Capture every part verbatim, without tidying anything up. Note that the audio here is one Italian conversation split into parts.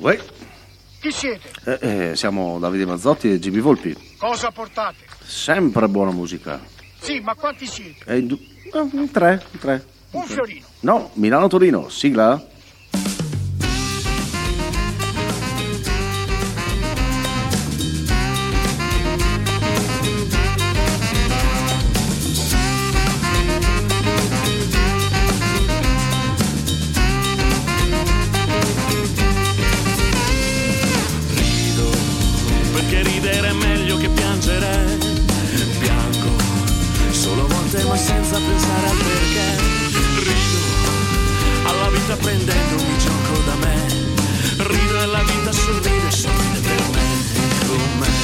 Uè. Chi siete? Eh, eh, siamo Davide Mazzotti e G B Volpi. Cosa portate? Sempre buona musica. Sì, ma quanti siete? E in du- no, in tre, in tre. Un fiorino. No, Milano-Torino, sigla? Ma senza pensare al perché rido alla vita prendendomi gioco da me, rido e la vita sorride, sorride per me, con me.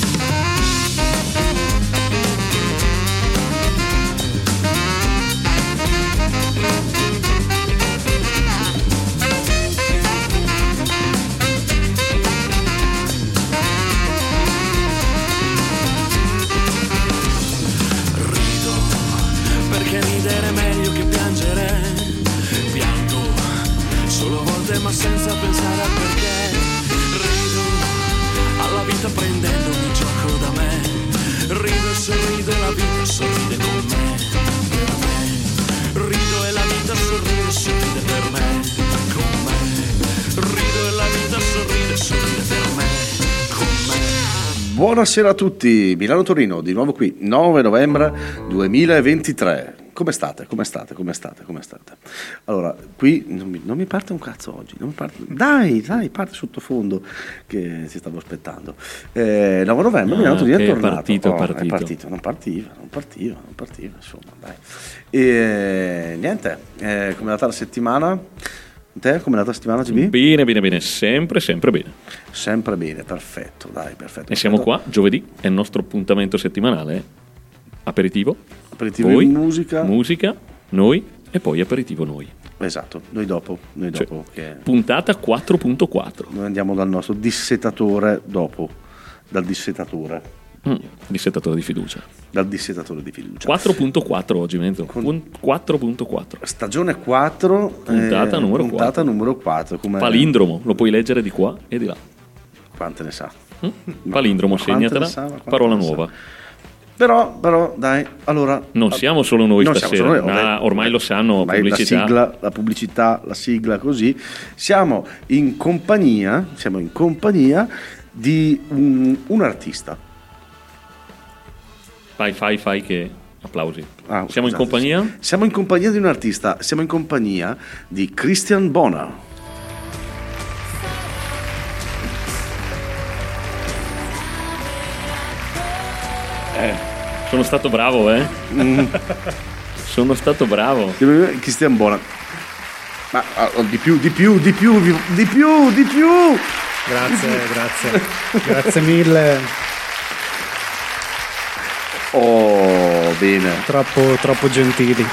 Ridere è meglio che piangere, piango solo a volte ma senza pensare al perché, rido alla vita prendendomi gioco da me, rido e sorrido e la vita sorride con me, per me, rido e la vita sorride, sorride per me, con me, rido e la vita sorride, sorride per me, con me. Buonasera a tutti, Milano-Torino, di nuovo qui, nove novembre duemilaventitré. Come state? Come state? Come state? Come state? Allora, qui non mi, non mi parte un cazzo oggi, non mi parte, dai, dai, parte sottofondo che si stavo aspettando. Eh, nove novembre, ah, Milano-Torino è è tornato. Partito, oh, partito. È partito, non partiva, non partiva, non partiva, insomma, dai. E niente, eh, come è andata la settimana? Te, come è andata la settimana, G B? Bene, bene, bene, sempre, sempre bene. Sempre bene, perfetto, dai, perfetto. E siamo qua, giovedì, è il nostro appuntamento settimanale, aperitivo, aperitivo poi in musica. musica, noi e poi aperitivo noi. Esatto, noi dopo, noi Cioè, dopo che puntata quattro punto quattro. noi andiamo dal nostro dissetatore dopo, dal dissetatore, Mm, dissettatore di fiducia. dal dissetatore di fiducia. quattro punto quattro oggi, mezzo. Con- quattro punto quattro. Stagione quattro, Puntata numero puntata quattro. numero quattro. Come Palindromo, lo puoi leggere di qua e di là. Quante ne sa? Mm? Palindromo, Ma quante segnatela, ne sa, ma quante parola ne sa? nuova. Però, però, dai, allora Non siamo solo noi non siamo stasera, solo noi, ma vabbè, ormai lo sanno, ormai pubblicità. La sigla, la pubblicità, la sigla così. Siamo in compagnia, siamo in compagnia di un, un artista. Fai, fai, fai che... Applausi. Ah, Siamo in scusate. compagnia? Siamo in compagnia di un artista, siamo in compagnia di Christian Bona. Eh, sono stato bravo, eh? Mm. Sono stato bravo. Christian Bona. Ma oh, di più, di più, di più, di più, di più. Grazie, grazie. Grazie mille. Oh, bene. Troppo, troppo gentili.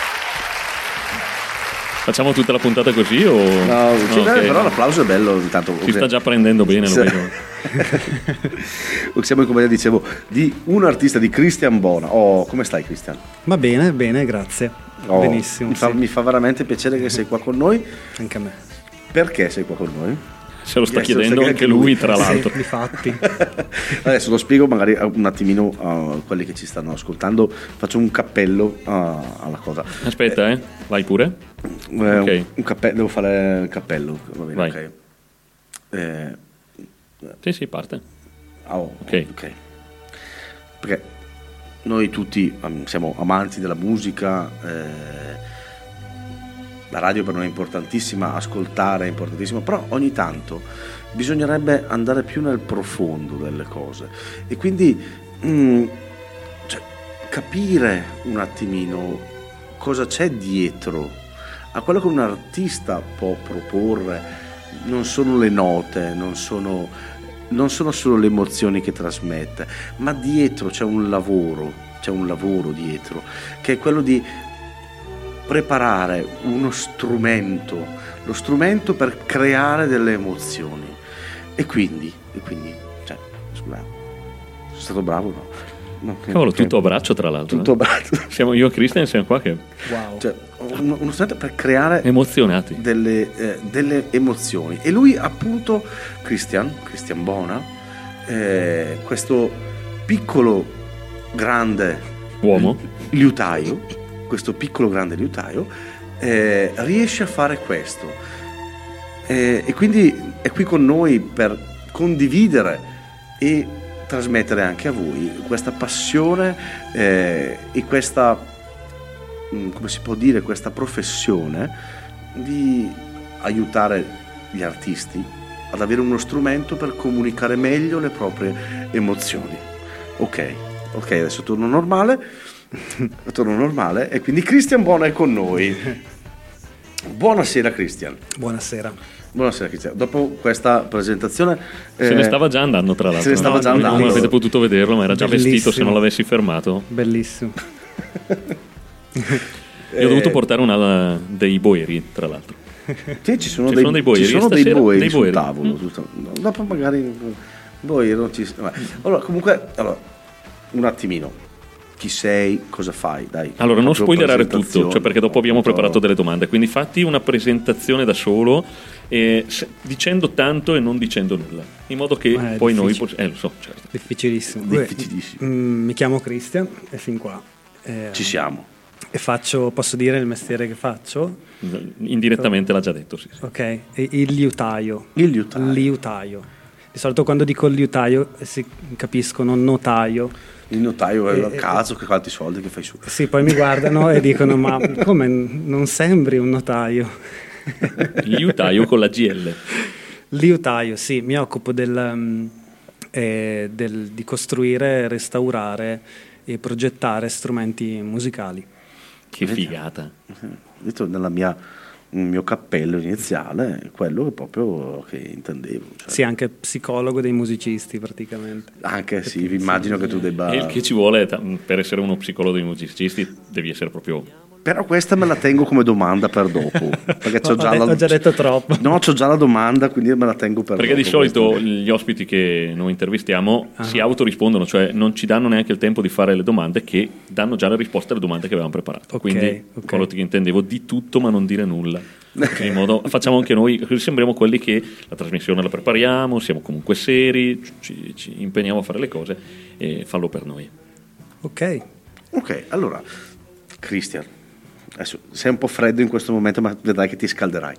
Facciamo tutta la puntata così o... No, sì, ok, dai, però no. l'applauso è bello intanto. Si sta già prendendo bene, lo Sì. vedo. Siamo in compagnia, dicevo, di un artista, di Christian Bona. Oh, come stai, Christian? Va bene, bene, grazie. Oh, Benissimo. Mi fa, sì. mi fa veramente piacere che sei qua con noi. Anche a me. Perché sei qua con noi? Se lo sta Yes, lo chiedendo sa anche anche lui. lui, tra Sì, l'altro. difatti. Adesso lo spiego magari un attimino a quelli che ci stanno ascoltando. Faccio un cappello a- alla cosa. Aspetta, eh. Vai pure. Eh, un, Ok. un cappello, devo fare il cappello. Va bene, Vai. ok. Eh, Sì, sì, parte. ah, oh, Ok. ok. Perché noi tutti um, siamo amanti della musica, eh, la radio per noi è importantissima, ascoltare è importantissimo, però ogni tanto bisognerebbe andare più nel profondo delle cose e quindi mm, cioè, capire un attimino cosa c'è dietro a quello che un artista può proporre. Non sono le note, non sono, non sono solo le emozioni che trasmette, ma dietro c'è un lavoro, c'è un lavoro dietro, che è quello di preparare uno strumento, lo strumento per creare delle emozioni. E quindi, e quindi, cioè, scusa, sono stato bravo, no? No, Cavolo, che- tutto a braccio tra l'altro. tutto eh. a braccio. Siamo io e Christian siamo qua che Wow. Cioè, uno, uno strumento per creare emozionati. delle, eh, delle emozioni. E lui appunto, Christian, Christian Bona, eh, questo piccolo grande Uomo. liutaio, questo piccolo grande liutaio, eh, riesce a fare questo. Eh, e quindi è qui con noi per condividere e trasmettere anche a voi questa passione eh, e questa, mh, come si può dire, questa professione di aiutare gli artisti ad avere uno strumento per comunicare meglio le proprie emozioni. Ok, ok, adesso torno normale, torno normale e quindi Christian Bona è con noi. Buonasera Christian. Buonasera. Buonasera Cristiano. Dopo questa presentazione Se eh, ne stava già andando tra l'altro. se ne stava già Non- andando. Non avete potuto vederlo, ma era già Bellissimo. vestito se non l'avessi fermato. Bellissimo. Io ho dovuto portare una dei boeri, tra l'altro. sì, ci sono Ci dei, sono dei boeri ci sono dei stasera? boeri Dei sul boeri. tavolo. Mm. giusto? No, dopo magari boeri non ci vabbè. Allora, comunque, allora, un attimino. Chi sei? Cosa fai? Dai. Allora, non Proprio spoilerare tutto, presentazione. cioè perché dopo abbiamo Proprio- preparato delle domande, quindi fatti una presentazione da solo, eh, se- dicendo tanto e non dicendo nulla, in modo che Eh, è poi noi difficile. possiamo... Eh, lo so, certo. Difficilissimo. Difficilissimo. Mm, mi chiamo Christian e fin qua. Eh, Ci siamo. E faccio, posso dire il mestiere che faccio? Indirettamente l'ha già detto, sì. sì. Ok, e- il liutaio. Il liutaio. Liutaio. Di solito quando dico il liutaio si capiscono notaio. Il notaio è Eh, a caso che quanti soldi che fai su. Sì, poi mi guardano e dicono ma come non sembri un notaio? Il liutaio con la G L. Liutaio, sì, mi occupo del, mm, eh, del- di costruire, restaurare e progettare strumenti musicali. Che figata. Detto nella mia nel mio cappello iniziale è quello che proprio che intendevo, cioè, Sì, anche psicologo dei musicisti praticamente. anche sì, vi immagino che tu debba E il che ci vuole ta- per essere uno psicologo dei musicisti devi essere proprio... però questa me la tengo come domanda per dopo perché c'ho Ho già, de- la... ho già detto troppo. no c'ho già la domanda quindi me la tengo per Perché di dopo solito questa. gli ospiti che noi intervistiamo Ah. si autorispondono, cioè non ci danno neanche il tempo di fare le domande, che danno già le risposte alle domande che avevamo preparato. Ok, Quindi ok. quello che intendevo, di tutto ma non dire nulla. In modo, facciamo anche noi, così sembriamo quelli che la trasmissione la prepariamo, siamo comunque seri, ci, ci impegniamo a fare le cose e fallo per noi. Ok, Ok, allora Christian, adesso sei un po' freddo in questo momento ma vedrai che ti scalderai.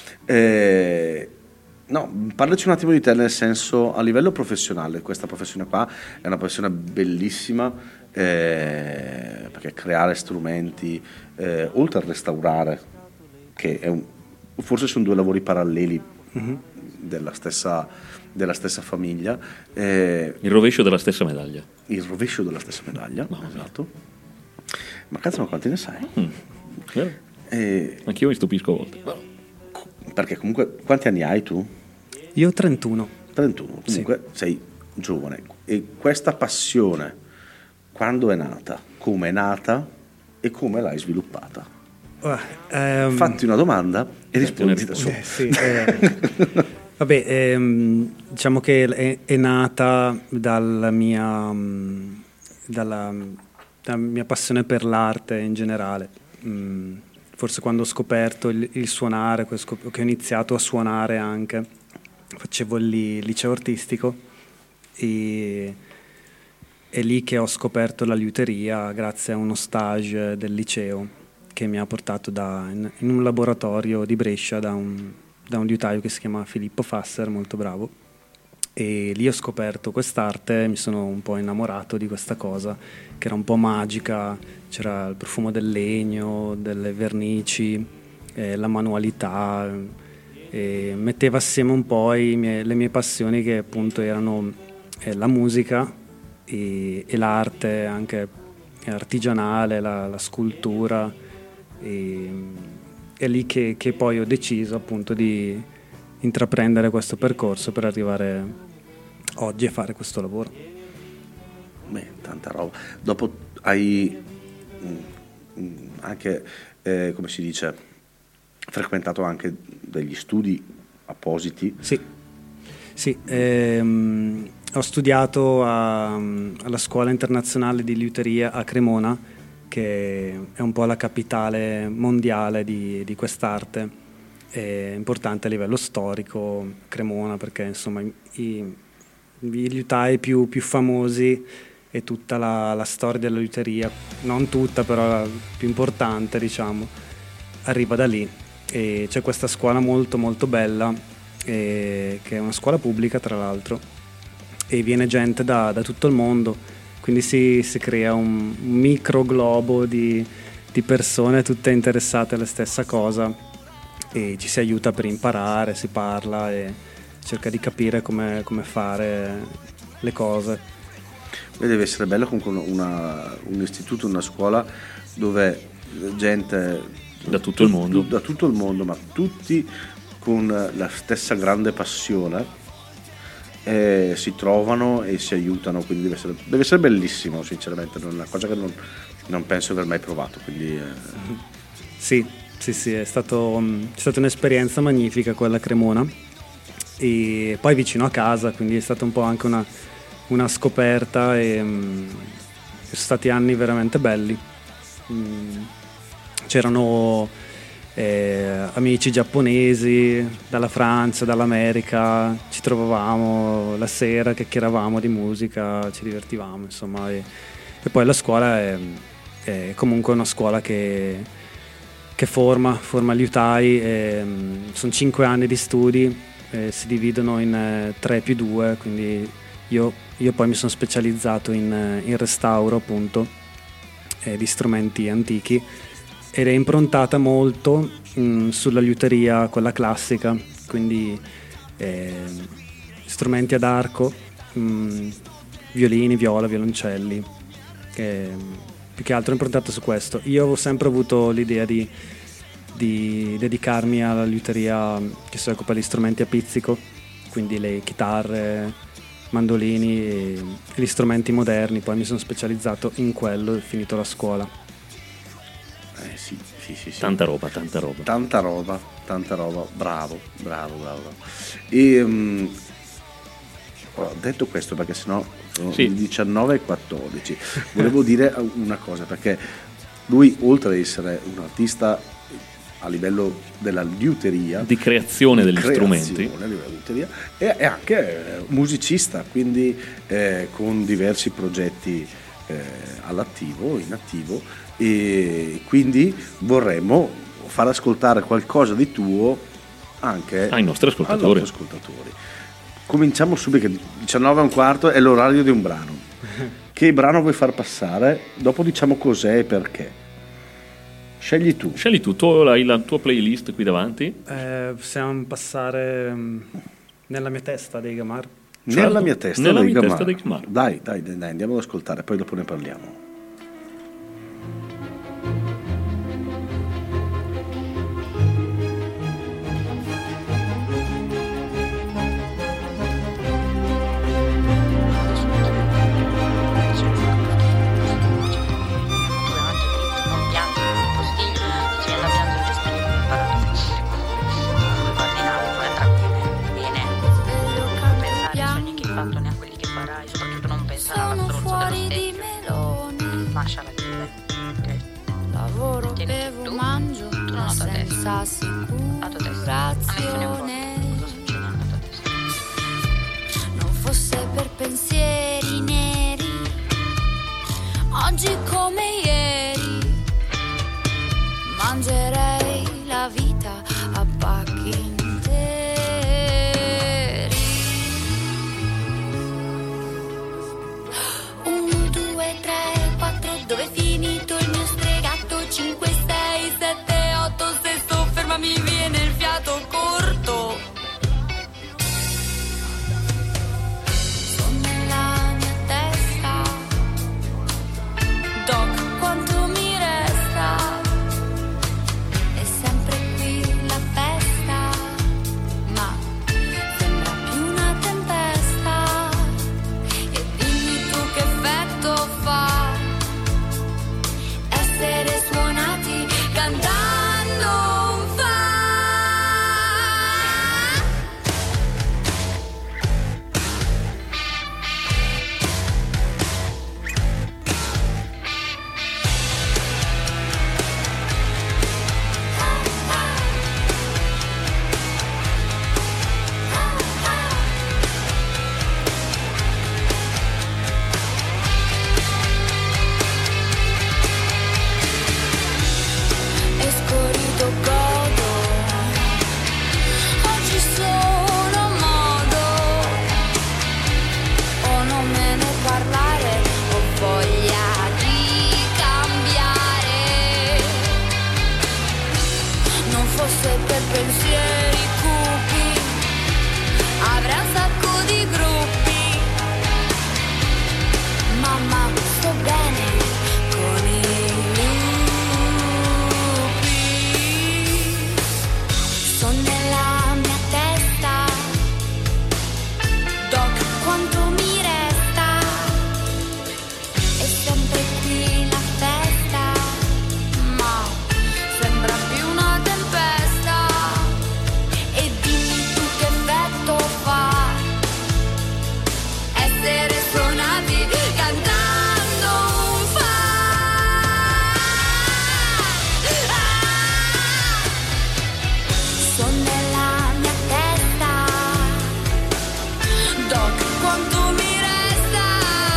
Eh, no, parlaci un attimo di te nel senso a livello professionale. Questa professione qua è una professione bellissima eh, perché creare strumenti eh, oltre a restaurare, che è un, forse sono due lavori paralleli della stessa, della stessa famiglia, eh, Il rovescio della stessa medaglia. il rovescio della stessa medaglia, Mamma mia. esatto. Ma cazzo, ma quanti ne sai? Mm. Vero? Eh, Anch'io mi stupisco a volte. perché comunque quanti anni hai tu? io ho trentuno. trentuno, comunque sei giovane. E questa passione quando è nata? Come è nata? E come l'hai sviluppata? Ah, ehm, Fatti una domanda e rispondi da solo. Eh, sì, eh, vabbè, ehm, diciamo che è, è nata dalla mia, mm, dalla, dalla mia passione per l'arte in generale. Mm, forse quando ho scoperto il, il suonare, che ho scop- che ho iniziato a suonare anche, facevo il li- liceo artistico e è lì che ho scoperto la liuteria grazie a uno stage del liceo che mi ha portato da, in, in un laboratorio di Brescia da un, da un liutaio che si chiama Filippo Fasser, molto bravo, e lì ho scoperto quest'arte, mi sono un po' innamorato di questa cosa che era un po' magica, c'era il profumo del legno, delle vernici, eh, la manualità, e metteva assieme un po' i miei- le mie passioni che appunto erano eh, la musica e, e l'arte anche artigianale, la, la scultura. E, è lì che, che poi ho deciso appunto di intraprendere questo percorso per arrivare oggi a fare questo lavoro. Beh, tanta roba. Dopo hai mm, mm, anche, eh, come si dice, frequentato anche degli studi appositi. Sì, sì ehm, ho studiato a, alla Scuola Internazionale di Liuteria a Cremona, che è un po' la capitale mondiale di, di quest'arte. È importante a livello storico Cremona, perché insomma i, i, i liutai più, più famosi e tutta la, la storia della liuteria, non tutta però la più importante diciamo, arriva da lì. E c'è questa scuola molto molto bella, e, che è una scuola pubblica tra l'altro, e viene gente da, da tutto il mondo, quindi si, si crea un, un micro globo di, di persone tutte interessate alla stessa cosa, e ci si aiuta per imparare, si parla e cerca di capire come, come fare le cose. Beh, deve essere bello comunque una, un istituto, una scuola dove gente da tutto il mondo, da tutto il mondo, ma tutti con la stessa grande passione, eh, si trovano e si aiutano, quindi deve essere, deve essere bellissimo, sinceramente, è una cosa che non, non penso di aver mai provato, quindi, eh. sì, sì, sì, è stato, è stata un'esperienza magnifica quella a Cremona, e poi vicino a casa, quindi è stata un po' anche una, una scoperta, e um, sono stati anni veramente belli. Mm, c'erano eh, amici giapponesi dalla Francia, dall'America, ci trovavamo la sera, chiacchieravamo di musica, ci divertivamo insomma, e, e poi la scuola è, è comunque una scuola che, che forma, forma liutai, e, um, sono cinque anni di studi, eh, si dividono in eh, tre più due, quindi io, io poi mi sono specializzato in, in restauro appunto eh, di strumenti antichi, ed è improntata molto mh, sulla liuteria, quella classica, quindi eh, strumenti ad arco, mh, violini, viola, violoncelli, che, più che altro improntato su questo. Io avevo sempre avuto l'idea di, di dedicarmi alla liuteria che si occupa di strumenti a pizzico, quindi le chitarre, mandolini e, e gli strumenti moderni, poi mi sono specializzato in quello e finito la scuola. Eh, sì, sì, sì, sì. Tanta roba, tanta roba. Tanta roba, tanta roba, bravo, bravo, bravo. E um, ho detto questo perché sennò sono sì. diciannove e quattordici. Volevo dire una cosa, perché lui, oltre ad essere un artista a livello della liuteria, di creazione di degli creazione strumenti, a livello della liuteria, è, è anche musicista, quindi eh, con diversi progetti eh, all'attivo, in attivo, e quindi vorremmo far ascoltare qualcosa di tuo anche ai nostri ascoltatori. Ai nostri ascoltatori. Cominciamo subito, che diciannove e un quarto è l'orario di un brano. Che brano vuoi far passare? Dopo diciamo cos'è e perché. Scegli tu. Scegli tu, tu hai la tua playlist qui davanti? Eh, possiamo passare um, nella mia testa dei Gamar. Nella Certo, mia testa, nella dei, mia Gamar. testa dei Gamar. Dai, dai, dai, dai, andiamo ad ascoltare, poi dopo ne parliamo. Assicurazione, non fosse per pensieri neri, oggi come ieri mangerei la vita a pacchi interi. Uno, due, tre, quattro, dove è finito il mio stregato? Cinque, sei, sette, otto, se sto ferma mi viene il fiato corto. Sono nella mia testa, Doc pensieri cupi, avrei un sacco di gruppi. Mamma, sto bene con i lupi. Sono nella mia testa, Doc, quanto mi resta? È sempre qui la festa, ma sembra più una tempesta. E dimmi tu che effetto fa essere suonati cantando un fa. Sono nella mia testa, Doc, quanto mi resta?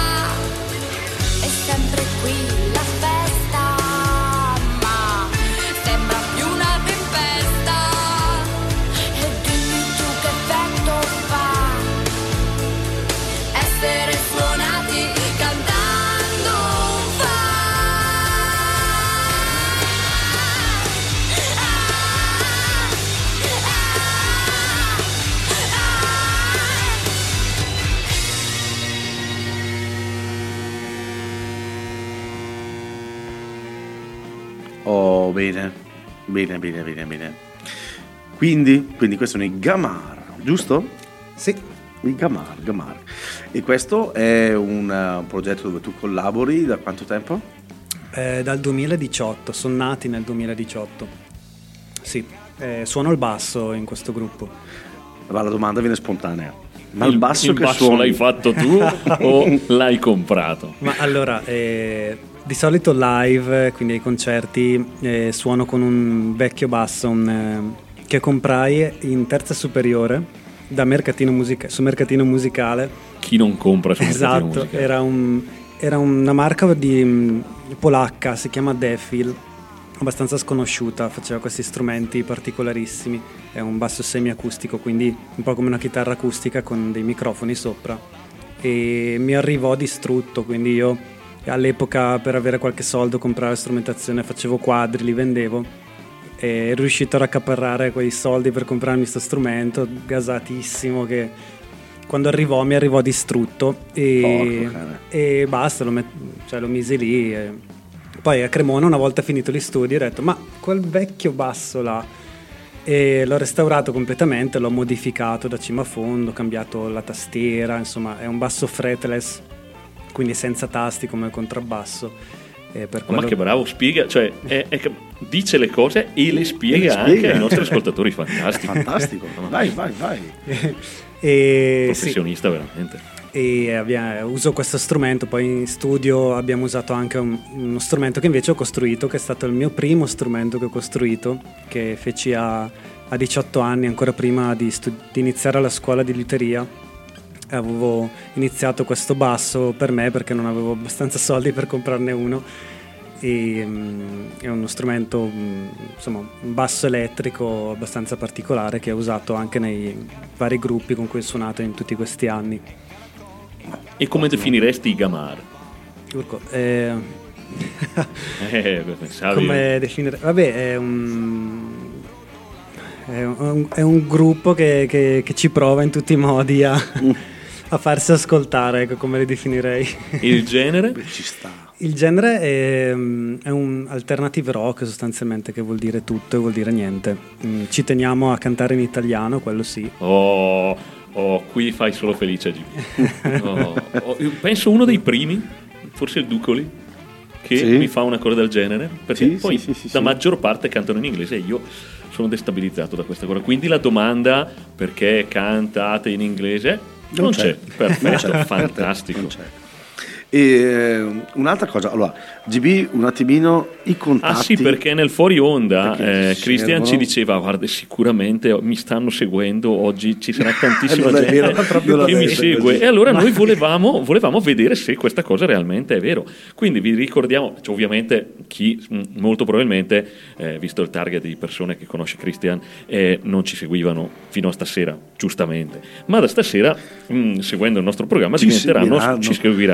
È sempre qui la festa, ma sembra più una tempesta. E dimmi tu che effetto fa essere suonati cantando un fa. Oh, bene, bene, bene, bene, bene. Quindi, quindi questo è i Gamar, giusto? Sì. I Gamar, Gamar. E questo è un, uh, un progetto dove tu collabori da quanto tempo? Eh, dal duemiladiciotto, sono nati nel duemiladiciotto. Sì, eh, suono il basso in questo gruppo. Ma la domanda viene spontanea. Ma il, il basso il che basso suoni l'hai fatto tu o l'hai comprato? Ma allora, eh, di solito live, quindi ai concerti, eh, suono con un vecchio basso un, eh, che comprai in terza superiore da mercatino musica- su Mercatino Musicale. Chi non compra su Mercatino Esatto, Musicale? era, un, era una marca di mh, polacca, si chiama Defil, abbastanza sconosciuta, faceva questi strumenti particolarissimi. È un basso semiacustico, quindi un po' come una chitarra acustica con dei microfoni sopra. E mi arrivò distrutto, quindi io all'epoca per avere qualche soldo compravo strumentazione, facevo quadri, li vendevo e ero riuscito a raccaparrare quei soldi per comprarmi questo strumento gasatissimo che quando arrivò mi arrivò distrutto e, Porco cane. e basta, lo, met- cioè, lo misi lì e poi a Cremona una volta finito gli studi ho detto ma quel vecchio basso là, e l'ho restaurato completamente, l'ho modificato da cima a fondo, ho cambiato la tastiera, insomma è un basso fretless, quindi senza tasti come il contrabbasso. E per quello... Ma che bravo, spiega, cioè è, è che dice le cose e le spiega, E le anche spiega. ai nostri ascoltatori, fantastico. Fantastico. Vai, vai, vai. e, sì, Professionista veramente. e abbia- uso questo strumento, poi in studio abbiamo usato anche un- uno strumento che invece ho costruito, che è stato il mio primo strumento che ho costruito, che feci a, a diciotto anni, ancora prima di, stu- di iniziare la scuola di liuteria. Avevo iniziato questo basso per me perché non avevo abbastanza soldi per comprarne uno e mm, è uno strumento, mm, insomma un basso elettrico abbastanza particolare che ho usato anche nei vari gruppi con cui ho suonato in tutti questi anni. E come definiresti i Gamar? Urco, eh, Eh, pensavi? come definire? Vabbè, è un, è un, è un gruppo che, che, che ci prova in tutti i modi a, a farsi ascoltare, ecco come li definirei. Il genere? Beh, ci sta. Il genere è, è un alternative rock sostanzialmente, che vuol dire tutto e vuol dire niente. Mm, Ci teniamo a cantare in italiano, quello sì. Oh, oh, qui fai solo felice G. Oh, oh, io penso uno dei primi, forse il Ducoli, che Sì. mi fa una cosa del genere, perché Sì, poi sì, sì, sì, la sì. maggior parte cantano in inglese e io sono destabilizzato da questa cosa. Quindi la domanda perché cantate in inglese non, Non c'è. c'è. Perfetto, Non c'è. fantastico. Non c'è. E eh, un'altra cosa, allora, G B, un attimino i contatti. Ah sì, perché nel fuori onda Perché eh, ci Christian servono- ci diceva guarda sicuramente mi stanno seguendo oggi, ci sarà tantissima Non è gente vero, proprio non che è mi vero, segue così. e allora noi volevamo, volevamo vedere se questa cosa realmente è vero, quindi vi ricordiamo, cioè, ovviamente chi mh, molto probabilmente eh, visto il target di persone che conosce Christian eh, non ci seguivano fino a stasera giustamente, ma da stasera mh, seguendo il nostro programma Ci diventeranno, seguiranno. ci seguiranno, quindi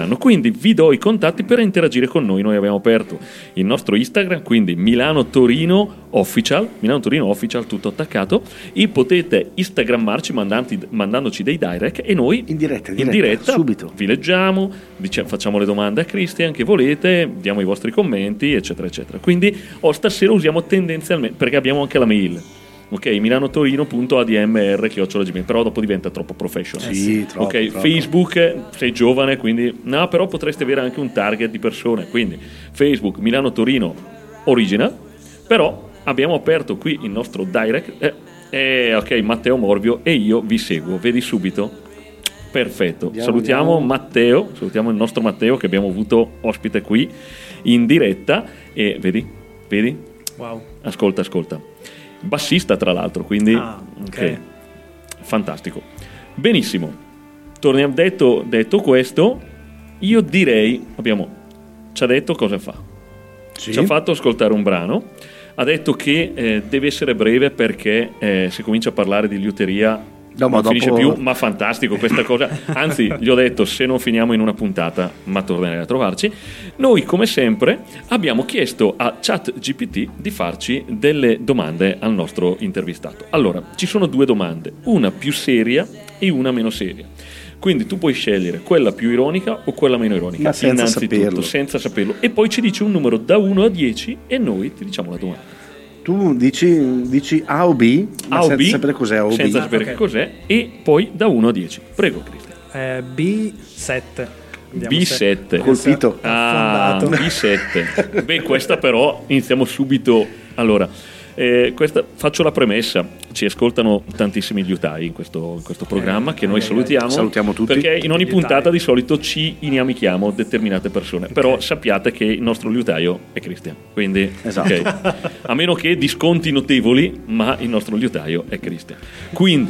quindi vi do i contatti per interagire con noi. Noi abbiamo aperto il nostro Instagram, quindi Milano Torino Official, Milano Torino Official tutto attaccato, e potete instagrammarci mandanti, mandandoci dei direct e noi in diretta, in in diretta, diretta subito vi leggiamo, dice, facciamo le domande a Christian che volete, diamo i vostri commenti eccetera eccetera. Quindi oh, stasera usiamo tendenzialmente, perché abbiamo anche la mail, ok, milanotorino punto a d m r chiocciola gmail, però dopo diventa troppo professional. Eh sì, troppo, ok, troppo. Facebook, sei giovane, quindi no, però potreste avere anche un target di persone, quindi Facebook Milano Torino Original, però abbiamo aperto qui il nostro direct, eh, eh, ok, Matteo Morvio e io vi seguo, vedi subito? Perfetto, Andiamo, salutiamo andiamo. Matteo, salutiamo il nostro Matteo che abbiamo avuto ospite qui in diretta e vedi, vedi? Wow. Ascolta, ascolta. Bassista tra l'altro, quindi Ah, ok. ok. Fantastico. Benissimo. Torniamo, detto, detto questo, io direi, abbiamo, ci ha detto cosa fa. sì. Ci ha fatto ascoltare un brano, ha detto che eh, deve essere breve perché eh, se comincia a parlare di liuteria No, ma non finisce dopo- più, ma fantastico questa cosa. Anzi, gli ho detto se non finiamo in una puntata, ma tornerei a trovarci. Noi, come sempre, abbiamo chiesto a ChatGPT di farci delle domande al nostro intervistato. Allora, ci sono due domande, una più seria e una meno seria. Quindi tu puoi scegliere quella più ironica o quella meno ironica, Ma senza innanzitutto, saperlo. senza saperlo. E poi ci dici un numero da uno a dieci e noi ti diciamo la domanda. Tu dici, dici A o B, ma A o senza B, sapere cos'è A o senza B. sapere ok. che cos'è, e poi da uno a dieci. Prego, Cristian. Eh, B sette. Vediamo B se- sette. Colpito. Ah, Affondato. B sette. Beh, questa però iniziamo subito. Allora, eh, questa, faccio la premessa. Ci ascoltano tantissimi liutai in questo, in questo programma che noi salutiamo. Salutiamo tutti. Perché in ogni Liutai. puntata di solito ci inamichiamo determinate persone. Però sappiate che il nostro liutaio è Cristian. Quindi, Esatto. ok. A meno che di sconti notevoli, ma il nostro liutaio è Cristian. Quindi,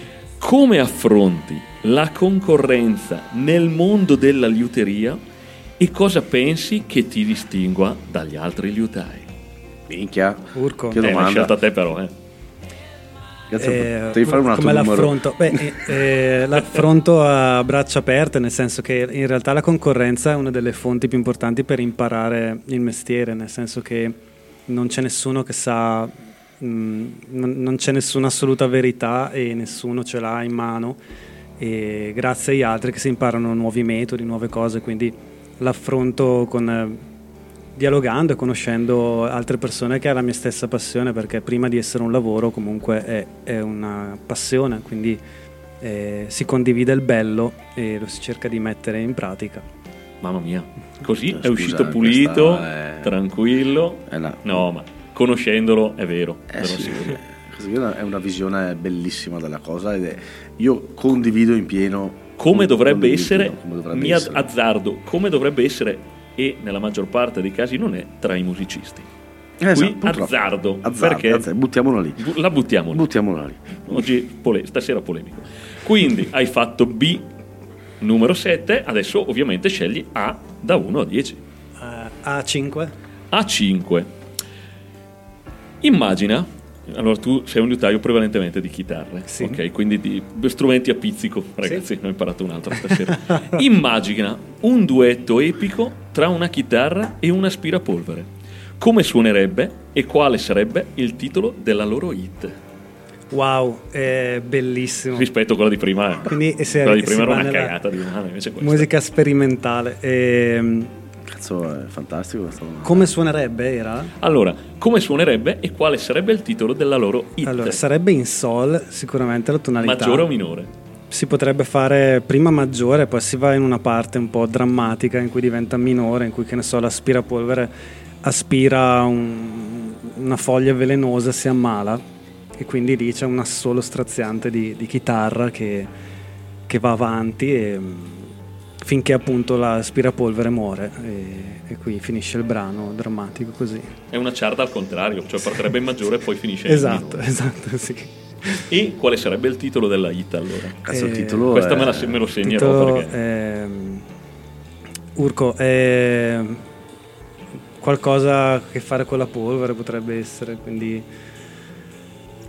come affronti la concorrenza nel mondo della liuteria e cosa pensi che ti distingua dagli altri liutai? Minchia. Urco. Che Eh, l'hai domanda. scelta te però, eh. Cazzo, Eh, devi fare un altro come numero. l'affronto? Beh, eh, eh, l'affronto a braccia aperte, nel senso che in realtà la concorrenza è una delle fonti più importanti per imparare il mestiere, nel senso che non c'è nessuno che sa, mh, non, non c'è nessuna assoluta verità e nessuno ce l'ha in mano, e grazie agli altri che si imparano nuovi metodi, nuove cose, quindi l'affronto con... eh, dialogando e conoscendo altre persone che hanno la mia stessa passione, perché prima di essere un lavoro comunque è, è una passione, quindi eh, si condivide il bello e lo si cerca di mettere in pratica. Mamma mia. Così Eh, è scusa, uscito pulito, questa è- tranquillo. È una- No, ma conoscendolo è vero. Eh ve lo sì, assicuro. questa è una visione bellissima della cosa ed è, io condivido in pieno Come dovrebbe condivido essere, in pieno come dovrebbe mi essere. azzardo, come dovrebbe essere, e nella maggior parte dei casi non è, tra i musicisti. Eh, esatto, Qui purtroppo. azzardo, Azzardo, perché azzardo, buttiamola lì. bu- la buttiamo lì. Buttiamola lì. Oggi pole- stasera polemico. Quindi hai fatto B numero sette, adesso ovviamente scegli A da uno a dieci. Uh, A cinque? A cinque. Immagina, allora tu sei un liutaio prevalentemente di chitarre, Sì. ok? Quindi di strumenti a pizzico, ragazzi, ne ho imparato un'altra stasera. Immagina un duetto epico tra una chitarra e un aspirapolvere. Come suonerebbe e quale sarebbe il titolo della loro hit? Wow, è bellissimo. Rispetto a quella di prima, eh. Quindi e se- quella di si prima era va una nella cagata di umano, invece questa. musica sperimentale. Ehm, Cazzo, è fantastico questo. come suonerebbe era? Allora, come suonerebbe e quale sarebbe il titolo della loro hit? Allora, sarebbe in sol sicuramente la tonalità. Maggiore o minore? Si potrebbe fare prima maggiore, poi si va in una parte un po' drammatica in cui diventa minore, in cui, che ne so, l'aspirapolvere aspira un- una foglia velenosa, si ammala e quindi lì c'è un assolo straziante di, di chitarra che, che va avanti e, mm, finché appunto l'aspirapolvere muore e, e qui finisce il brano drammatico così. È una ciarda al contrario, cioè partirebbe in maggiore e poi finisce in Esatto, minore. esatto, sì. E quale sarebbe il titolo della hit allora? Cazzo, il Eh, titolo Questa è- me, la, me lo segnerò Titolo, perché ehm, Urco, è qualcosa a che fare con la polvere potrebbe essere, quindi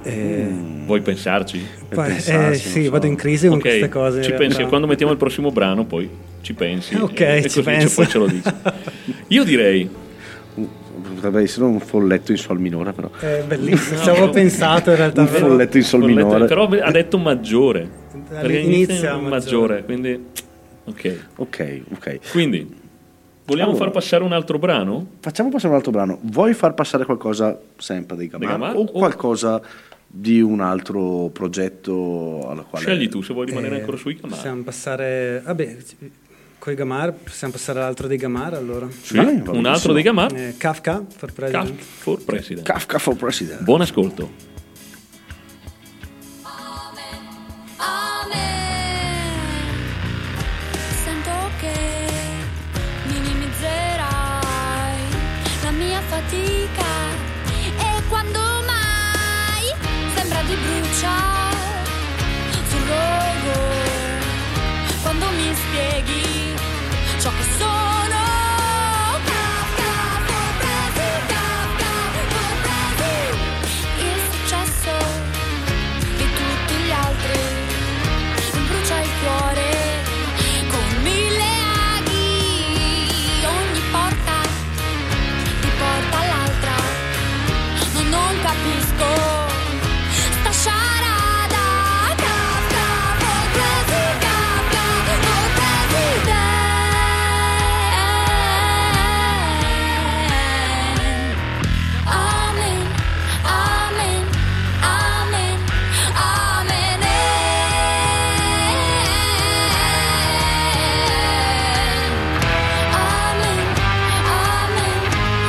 Eh, Vuoi pensarci? poi- pensarci, eh, sì, non so. vado in crisi con Ok, queste cose. in ci realtà. pensi quando mettiamo il prossimo brano, poi ci pensi. Ok, e, e ci così penso. poi ce lo dici. Io direi Potrebbe essere un folletto in sol minore, però. È bellissimo, No, ci avevo no. pensato in realtà. Un però- folletto in sol Folletto- minore. però ha detto maggiore. Perché Inizia inizia un maggiore, quindi ok. Ok, ok. Quindi vogliamo Allora. far passare un altro brano? Facciamo passare un altro brano. Vuoi far passare qualcosa sempre dei Gamar, Dei Gamar? o O- qualcosa di un altro progetto alla quale... Scegli tu se vuoi rimanere Eh, ancora sui Gamar. Possiamo passare, vabbè, con i Gamar, possiamo passare all'altro dei Gamar allora. Sì, Vai, va un benissimo. altro dei Gamar. Eh, Kafka, for president. Kafka for President. Kafka for President. Buon ascolto. Sento che minimizzerai la mia fatica e quando mai sembra di bruciare sul rogo, quando mi spieghi ciò che sono. Kafka for President, Kafka for President. Il successo di tutti gli altri mi brucia il cuore con mille aghi, ogni porta ti porta all'altra, ma non capisco sta sciarada. Kafka for President, Kafka for President. Amen, amen, amen, amen. Amen, amen,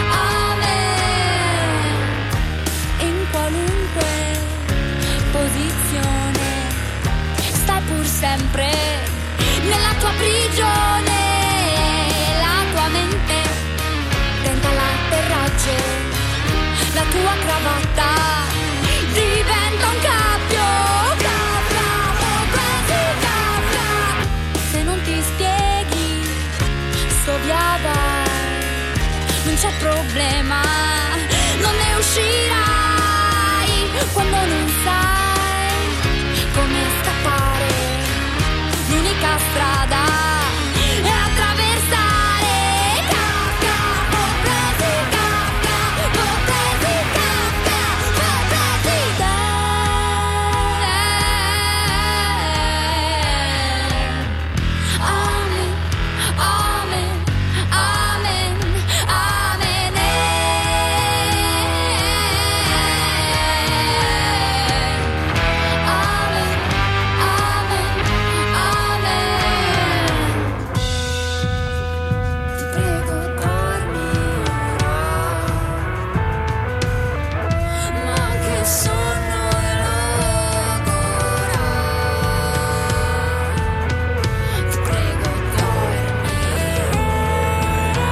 amen. In qualunque posizione stai pur sempre nella tua prigione. La tua mente tenta l'atterraggio, la tua cravatta diventa un cappio. Kafka for President, Kafka. Se non ti spieghi, so via vai, non c'è problema, non ne uscirai quando non sai come scappare. L'unica strada è attraversare. Kafka for President, Kafka for President, Kafka for President. Amen, amen, amen, amen. Amen, amen, amen. Ti prego, dormi ora, ma che sonno e logora. Ti prego, dormi ora.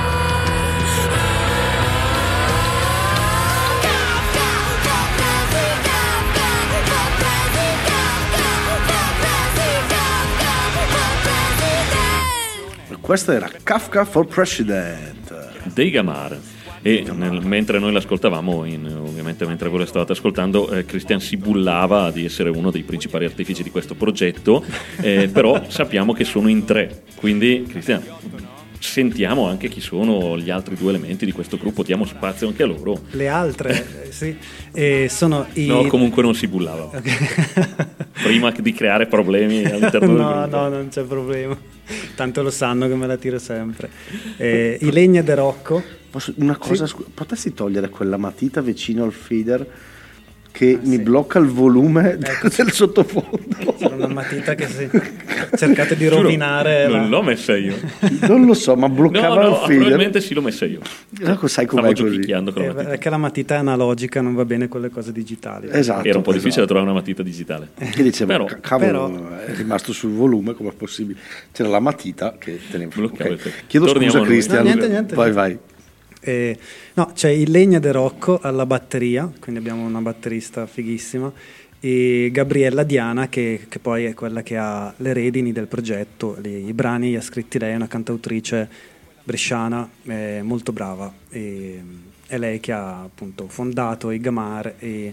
Kafka for President, Kafka for President, Kafka for President, Kafka for President. Questo era Kafka for President. Dei Gamar. E nel- mentre noi l'ascoltavamo, in- ovviamente mentre voi lo stavate ascoltando, eh, Christian si bullava di essere uno dei principali artefici di questo progetto, eh, però sappiamo che sono in tre, quindi Christian, sentiamo anche chi sono gli altri due elementi di questo gruppo, diamo spazio anche a loro. Le altre, eh, sì, e sono i... No, comunque non si bullava, prima di creare problemi all'interno del no, gruppo. no, non c'è problema. Tanto lo sanno che me la tiro sempre. Eh, I Legna de Rocco. Posso- una cosa, scu- potresti togliere quella matita vicino al feeder che mi blocca il volume Ecco, del sottofondo? C'era una matita che si cercate di Giuro, rovinare. non la- l'ho messa io. Non lo so, ma No, bloccava no, il feeder. probabilmente sì l'ho messa io. Ecco, sai Stavo com'è così? giochicchiando con la Eh, matita. perché la matita è analogica, non va bene con le cose digitali. Esatto. Era un po' difficile esatto. trovare una matita digitale. Che dicevo, Però- ca- cavolo, però- è rimasto sul volume, com'è possibile? C'era la matita che teneva. Bloccava Ok. il feeder. Chiedo Torniamo scusa, a noi. Christian. No, niente, niente. Vai, vai. Eh, no, c'è il Legna de Rocco alla batteria, quindi abbiamo una batterista fighissima, e Gabriella Diana che, che poi è quella che ha le redini del progetto, li- i brani li ha scritti lei, è una cantautrice bresciana, è molto brava, e è lei che ha appunto fondato i Gamar e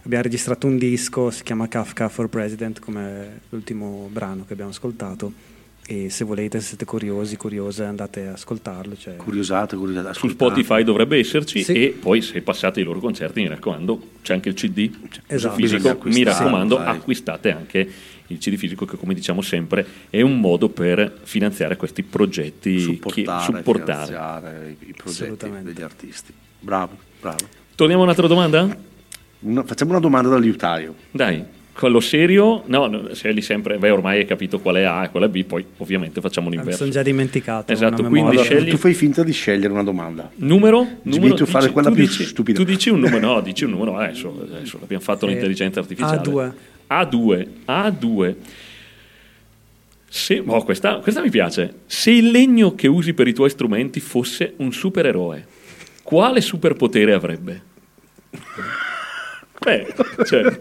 abbiamo registrato un disco, si chiama Kafka for President, come l'ultimo brano che abbiamo ascoltato, e se volete, se siete curiosi, curiose, andate a ascoltarlo. Cioè... Curiosate, curiosate. Su Spotify dovrebbe esserci, sì. E poi se passate i loro concerti, mi raccomando, c'è anche il C D esatto. fisico, mi raccomando, sì. acquistate anche il C D fisico, che come diciamo sempre è un modo per finanziare questi progetti, supportare, chi, supportare. finanziare i, i progetti degli artisti. Bravo, bravo. Torniamo a un'altra domanda? Una, facciamo una domanda da liutaio. Dai, quello serio, no, no, se lì sempre, beh, ormai hai capito quale A e quale B, poi ovviamente facciamo Mi l'inverso. sono già dimenticato. Esatto, una quindi memoria. Allora, scegli tu fai finta di scegliere una domanda. Numero? numero tu fare dici, quella tu più dici, stupida. Tu dici un numero, no, dici un numero, adesso, adesso abbiamo fatto Eh, l'intelligenza artificiale. A due. A due, A due. Se, oh, questa, questa mi piace. Se il legno che usi per i tuoi strumenti fosse un supereroe, quale superpotere avrebbe? Beh, cioè,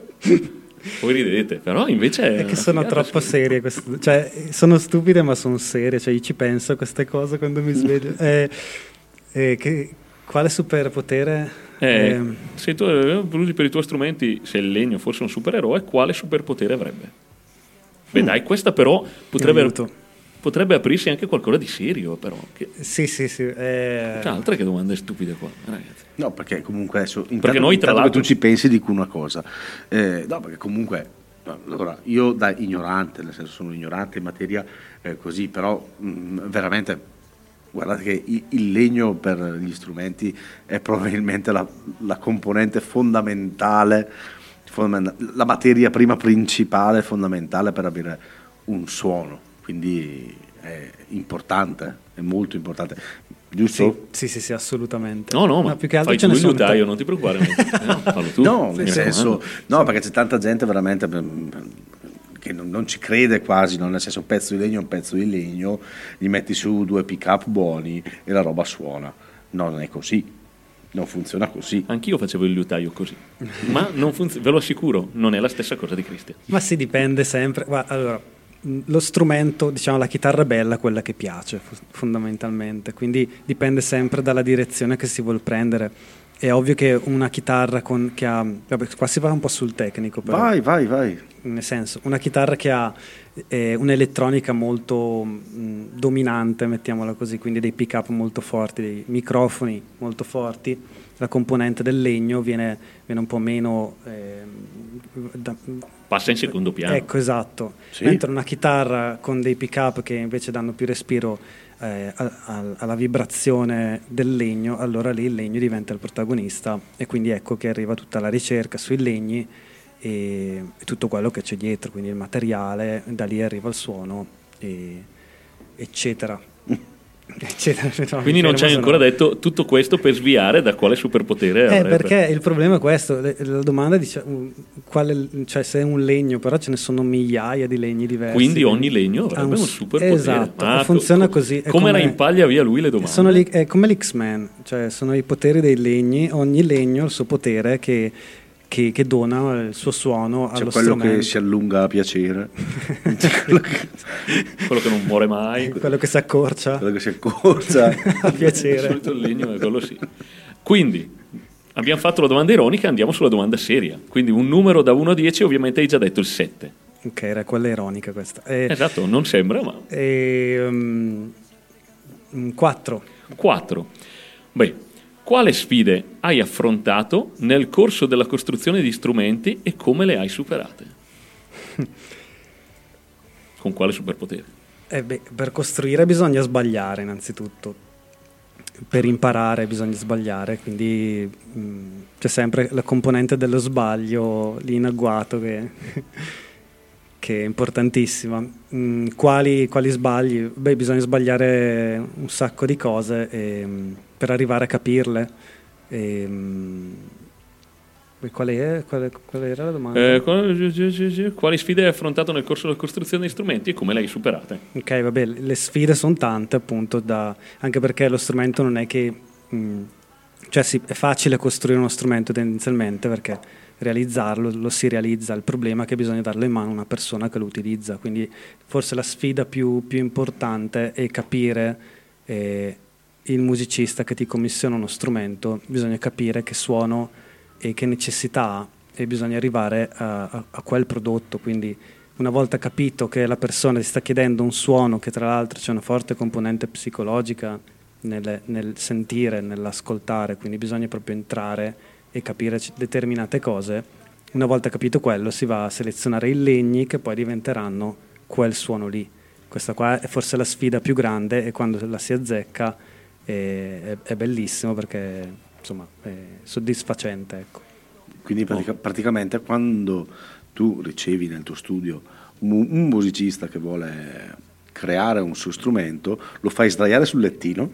voi ridete, però invece È che sono troppo serie queste, cioè sono stupide ma sono serie, cioè io ci penso a queste cose quando mi sveglio. Eh, eh, che, quale superpotere? Eh, Eh, se tu eh, usi per i tuoi strumenti, se il legno fosse un supereroe, quale superpotere avrebbe? Beh, dai, questa però potrebbe, aiuto. potrebbe aprirsi anche qualcosa di serio, però. Che, Sì, sì, sì. Eh, c'è altre che domande stupide qua, ragazzi. No, perché comunque adesso Perché noi, tra intanto che l'altro- tu ci pensi, dico una cosa. Eh, no, perché comunque no, allora, io da ignorante, nel senso sono ignorante in materia eh, così, però mh, veramente guardate che il, il legno per gli strumenti è probabilmente la, la componente fondamentale, fondament- la materia prima principale fondamentale per avere un suono, quindi è importante, è molto importante. Giusto? sì, sì, sì, sì, assolutamente. No, no, ma più che altro fai ce tu ne il sono liutaio, ta- non ti preoccupare. No, fallo tu. No, mi nel senso, raccomando. no, perché c'è tanta gente veramente mm, che non, non ci crede quasi, no? Nel senso, un pezzo di legno è un pezzo di legno, gli metti su due pick up buoni e la roba suona. No, non è così, non funziona così. Anch'io facevo il liutaio così, ma non funziona, ve lo assicuro, non è la stessa cosa di Cristian. Ma si dipende sempre. Guarda, allora, mh, lo strumento, diciamo, la chitarra bella è quella che piace f- fondamentalmente, quindi dipende sempre dalla direzione che si vuol prendere. È ovvio che una chitarra con, che ha, vabbè, qua si va un po' sul tecnico, però, Vai, vai, vai. nel senso, una chitarra che ha eh, un'elettronica molto mh, dominante, mettiamola così, quindi dei pick up molto forti, dei microfoni molto forti, la componente del legno viene, viene un po' meno eh, da- Passa in secondo piano. ecco, esatto. Sì. Mentre una chitarra con dei pick up che invece danno più respiro eh, a- a- alla vibrazione del legno, allora lì il legno diventa il protagonista, e quindi ecco che arriva tutta la ricerca sui legni e, e tutto quello che c'è dietro, quindi il materiale, da lì arriva il suono, e, eccetera. eccetera. No, Quindi non mi ci hai fermo, ancora se no. detto tutto questo per sviare da quale superpotere Eh, avrebbe. perché il problema è questo, le- la domanda dice uh, quale, cioè se è un legno, però ce ne sono migliaia di legni diversi. Quindi ogni legno avrebbe ha un s- superpotere. Esatto, Ah, funziona co- così. È Come la impaglia via lui le domande? sono li- è come l'X-Men, cioè sono i poteri dei legni, ogni legno ha il suo potere che, che, che dona il suo suono C'è allo quello strumento. che si allunga a piacere, C'è quello, che, Quello che non muore mai. Quello che si accorcia quello che si accorcia. a Di piacere. solito il legno è quello sì. Quindi abbiamo fatto la domanda ironica, andiamo sulla domanda seria. Quindi un numero da uno a dieci, ovviamente hai già detto il sette. Ok, era quella ironica questa. Eh, Esatto, non sembra, ma e, um, quattro. quattro. Beh, quale sfide hai affrontato nel corso della costruzione di strumenti e come le hai superate? Con quale superpotere? Eh beh, per costruire bisogna sbagliare innanzitutto, per imparare bisogna sbagliare, quindi mh, c'è sempre la componente dello sbaglio lì in agguato che, che è importantissima. Mh, quali, quali sbagli? Beh, bisogna sbagliare un sacco di cose e, mh, per arrivare a capirle. E, mh, beh, qual, è, qual, qual era la domanda? Eh, qual- quali sfide hai affrontato nel corso della costruzione degli strumenti e come le hai superate? Ok, vabbè, le sfide sono tante, appunto, da, anche perché lo strumento non è che... mh, cioè sì, è facile costruire uno strumento tendenzialmente, perché realizzarlo lo si realizza, il problema è che bisogna darlo in mano a una persona che lo utilizza, quindi forse la sfida più, più importante è capire eh, il musicista che ti commissiona uno strumento, bisogna capire che suono e che necessità ha e bisogna arrivare a, a, a quel prodotto. Quindi una volta capito che la persona ti sta chiedendo un suono, che tra l'altro c'è una forte componente psicologica nel, nel sentire, nell'ascoltare, quindi bisogna proprio entrare e capire determinate cose. Una volta capito quello si va a selezionare i legni che poi diventeranno quel suono lì. Questa qua è forse la sfida più grande, e quando la si azzecca è, è, è bellissimo, perché insomma è soddisfacente, ecco. Quindi pratica, praticamente quando tu ricevi nel tuo studio un, un musicista che vuole creare un suo strumento, lo fai sdraiare sul lettino,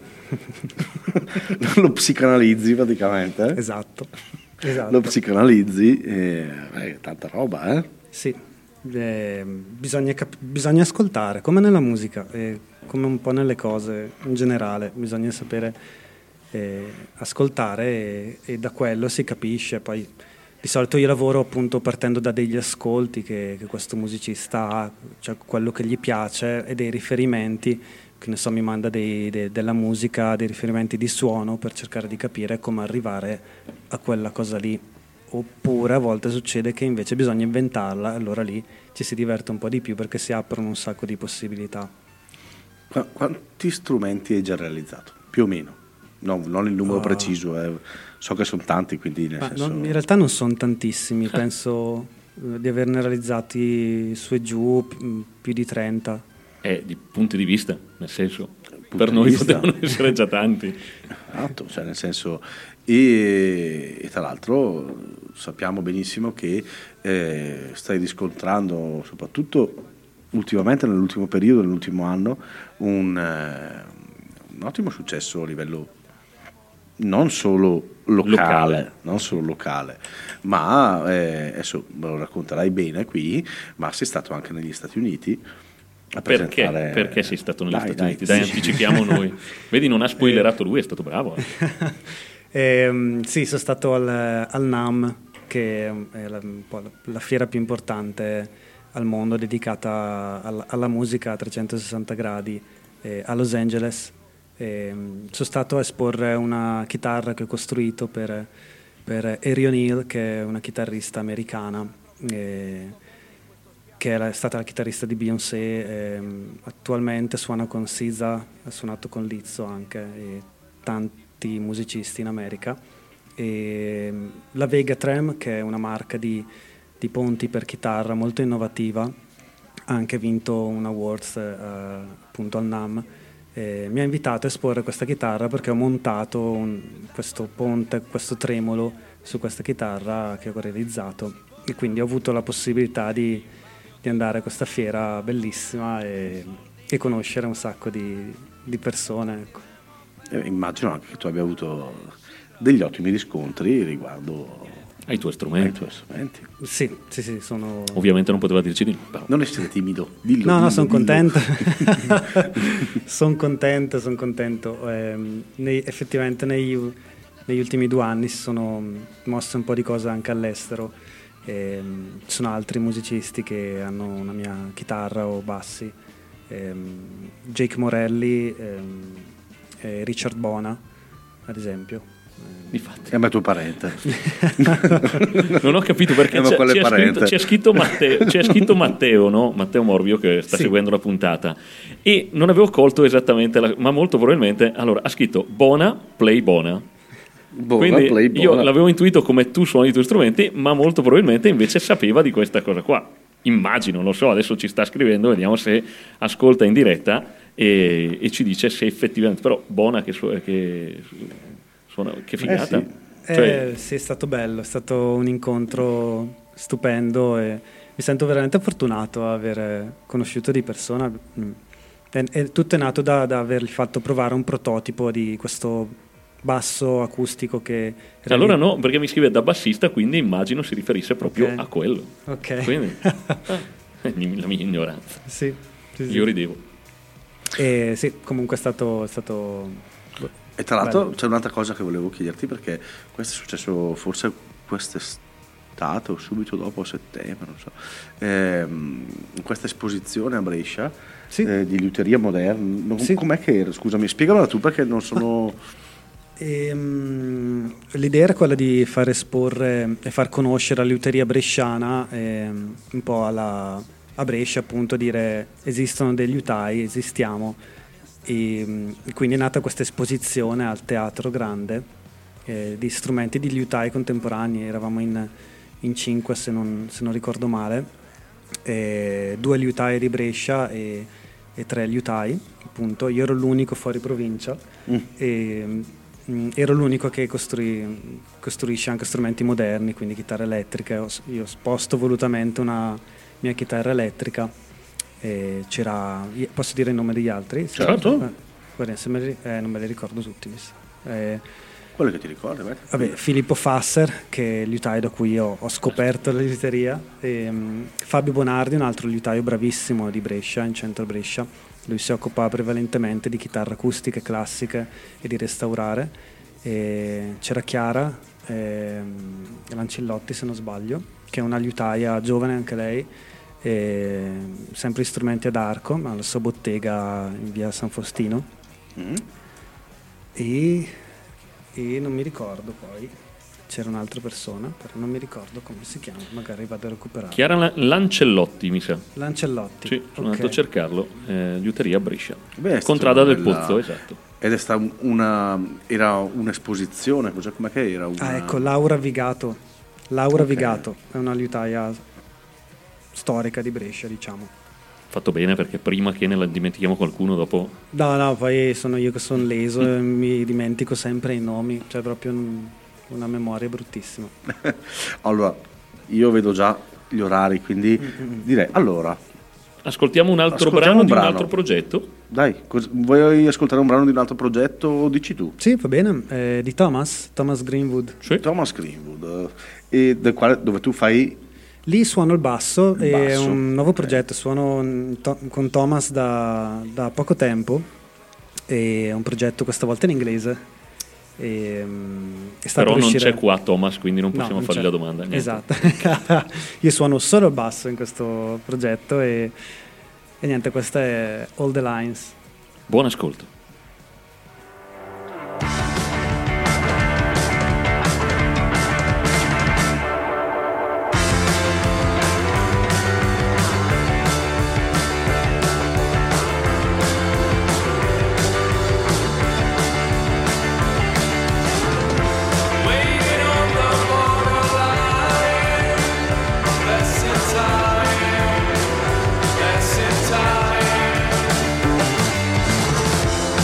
lo psicanalizzi praticamente. Eh? Esatto, esatto. Lo psicanalizzi, e, eh, tanta roba, eh? Sì, eh, bisogna, cap- bisogna ascoltare, come nella musica, eh, come un po' nelle cose in generale, bisogna sapere eh, ascoltare e, e da quello si capisce. Poi di solito io lavoro appunto partendo da degli ascolti che, che questo musicista ha, cioè quello che gli piace, e dei riferimenti, che ne so, mi manda dei, de, della musica, dei riferimenti di suono, per cercare di capire come arrivare a quella cosa lì. Oppure a volte succede che invece bisogna inventarla, e allora lì ci si diverte un po' di più, perché si aprono un sacco di possibilità. Qu- quanti strumenti hai già realizzato? Più o meno? No, non il numero Oh. preciso, eh. So che sono tanti, quindi nel Ma senso... non- in realtà non sono tantissimi, penso eh, di averne realizzati su e giù p- più di trenta. È di punti di vista, nel senso, Punti per di noi vista. potevano essere già tanti. Esatto, cioè nel senso, e, e tra l'altro sappiamo benissimo che eh, stai riscontrando, soprattutto ultimamente, nell'ultimo periodo, nell'ultimo anno, un, eh, un ottimo successo a livello non solo locale, Locale. non solo locale, ma eh, adesso me lo racconterai bene qui, ma sei stato anche negli Stati Uniti a Perché? presentare... Perché sei stato negli Dai, Stati dai, Uniti? Dai, sì. anticipiamo noi. Vedi, non ha spoilerato lui, è stato bravo. eh. Ehm, sì, sono stato al, al NAMM, che è la, un po' la, la fiera più importante al mondo dedicata alla, alla musica a trecentosessanta gradi, eh, a Los Angeles. Ehm, sono stato a esporre una chitarra che ho costruito per, per Ari O'Neill, che è una chitarrista americana, eh, che è, la, è stata la chitarrista di Beyoncé. ehm, attualmente suona con S Z A, ha suonato con Lizzo anche, e tanti musicisti in America. E la Vegatrem, che è una marca di, di ponti per chitarra molto innovativa, ha anche vinto un awards eh, appunto al NAMM. E mi ha invitato a esporre questa chitarra perché ho montato un, questo ponte, questo tremolo su questa chitarra che ho realizzato, e quindi ho avuto la possibilità di, di andare a questa fiera bellissima e, e conoscere un sacco di, di persone, ecco. Eh, immagino anche che tu abbia avuto degli ottimi riscontri riguardo Ai tuoi ai strumenti. tuoi strumenti. Sì, sì, sì, sono... Ovviamente non poteva dirci di no, però. Non essere timido, dillo. No, no, dillo, sono dillo. contento. Sono contento, sono contento. Ehm, nei- effettivamente negli, negli ultimi due anni si sono mosse un po' di cose anche all'estero. Ehm, ci sono altri musicisti che hanno una mia chitarra o bassi. Ehm, Jake Morelli, ehm, e Richard Bona, ad esempio. Difatti. Eh, ma è tuo parente. Non ho capito perché Eh, ma c'è, quale c'è, parente? scritto, c'è, scritto Matteo, c'è scritto Matteo, no? Matteo Morbio, che sta Sì. seguendo la puntata, e non avevo colto esattamente, la- ma molto probabilmente, allora ha scritto Bona, play Bona. Bona, Quindi play io Bona. l'avevo intuito come tu suoni i tuoi strumenti, ma molto probabilmente invece sapeva di questa cosa qua. Immagino, lo so, adesso ci sta scrivendo, vediamo se ascolta in diretta e, e ci dice se effettivamente, però Bona che, su- che suona, che figata. Eh sì. Cioè, Eh, sì, è stato bello, è stato un incontro stupendo e mi sento veramente fortunato a aver conosciuto di persona. Mm. E, e tutto è nato da, da avergli fatto provare un prototipo di questo basso acustico che... allora no, perché mi scrive da bassista, quindi immagino si riferisse proprio Ok. a quello. Ok. Quindi, ah, la mia ignoranza. Sì, sì, sì. Io ridevo. E sì, comunque è stato... È stato E tra l'altro bello. c'è un'altra cosa che volevo chiederti, perché questo è successo forse quest'estate o subito dopo, a settembre, non so, ehm, in questa esposizione a Brescia, Sì. eh, di liuteria moderna. Non- Sì. Com'è che era? Scusami, spiegamela tu perché non sono... E, um, l'idea era quella di far esporre e far conoscere la liuteria bresciana, eh, un po' alla, a Brescia, appunto, dire esistono dei liutai, esistiamo. E um, quindi è nata questa esposizione al Teatro Grande eh, di strumenti di liutai contemporanei. Eravamo in, in cinque, se non, se non ricordo male, e due liutai di Brescia e, e tre liutai, appunto. Io ero l'unico fuori provincia mm. e ero l'unico che costruì, costruisce anche strumenti moderni, quindi chitarre elettriche. Io sposto volutamente una mia chitarra elettrica e c'era, posso dire il nome degli altri? Certo. Eh, guarda, se me li, eh, non me li ricordo tutti. Eh, Quello che ti ricordi? Beh. Vabbè, Filippo Fasser, che è il liutaio da cui ho, ho scoperto la liuteria, e um, Fabio Bonardi, un altro liutaio bravissimo di Brescia, in centro Brescia. Lui si occupa prevalentemente di chitarre acustiche, classiche e di restaurare. E c'era Chiara eh, Lancellotti, se non sbaglio, che è una liutaia giovane anche lei, e sempre strumenti ad arco, ma la sua bottega in via San Faustino. Mm. E, e non mi ricordo poi. C'era un'altra persona, però non mi ricordo come si chiama, magari vado a recuperare. Chiara Lancellotti, mi sa. Lancellotti. Sì, sono okay. andato a cercarlo, eh, liuteria Brescia. Beh, Contrada del bella... Pozzo, esatto. Ed è stata una era un'esposizione, cioè come che era una... Ah, ecco, Laura Vigato. Laura okay. Vigato è una liutaia storica di Brescia, diciamo. Fatto bene, perché prima che ne dimentichiamo qualcuno, dopo... No, no, poi sono io che sono leso e mi dimentico sempre i nomi, cioè proprio un... una memoria bruttissima. Allora, io vedo già gli orari, quindi mm-hmm. direi, allora... Ascoltiamo un altro brano, un brano di un altro progetto? Dai, cos- vuoi ascoltare un brano di un altro progetto o dici tu? Sì, va bene, eh, di Thomas, Thomas Greenwood. Sì. Thomas Greenwood, e del quale, dove tu fai... Lì suono il basso, il è basso. un nuovo progetto, okay. Suono to- con Thomas da, da poco tempo, è un progetto questa volta in inglese. E, um, è stato però non riuscire... c'è qua Thomas, quindi non possiamo no, non fargli c'è. la domanda. Niente. Esatto. Io suono solo il basso in questo progetto e, e niente, questa è All the Lines. Buon ascolto. Time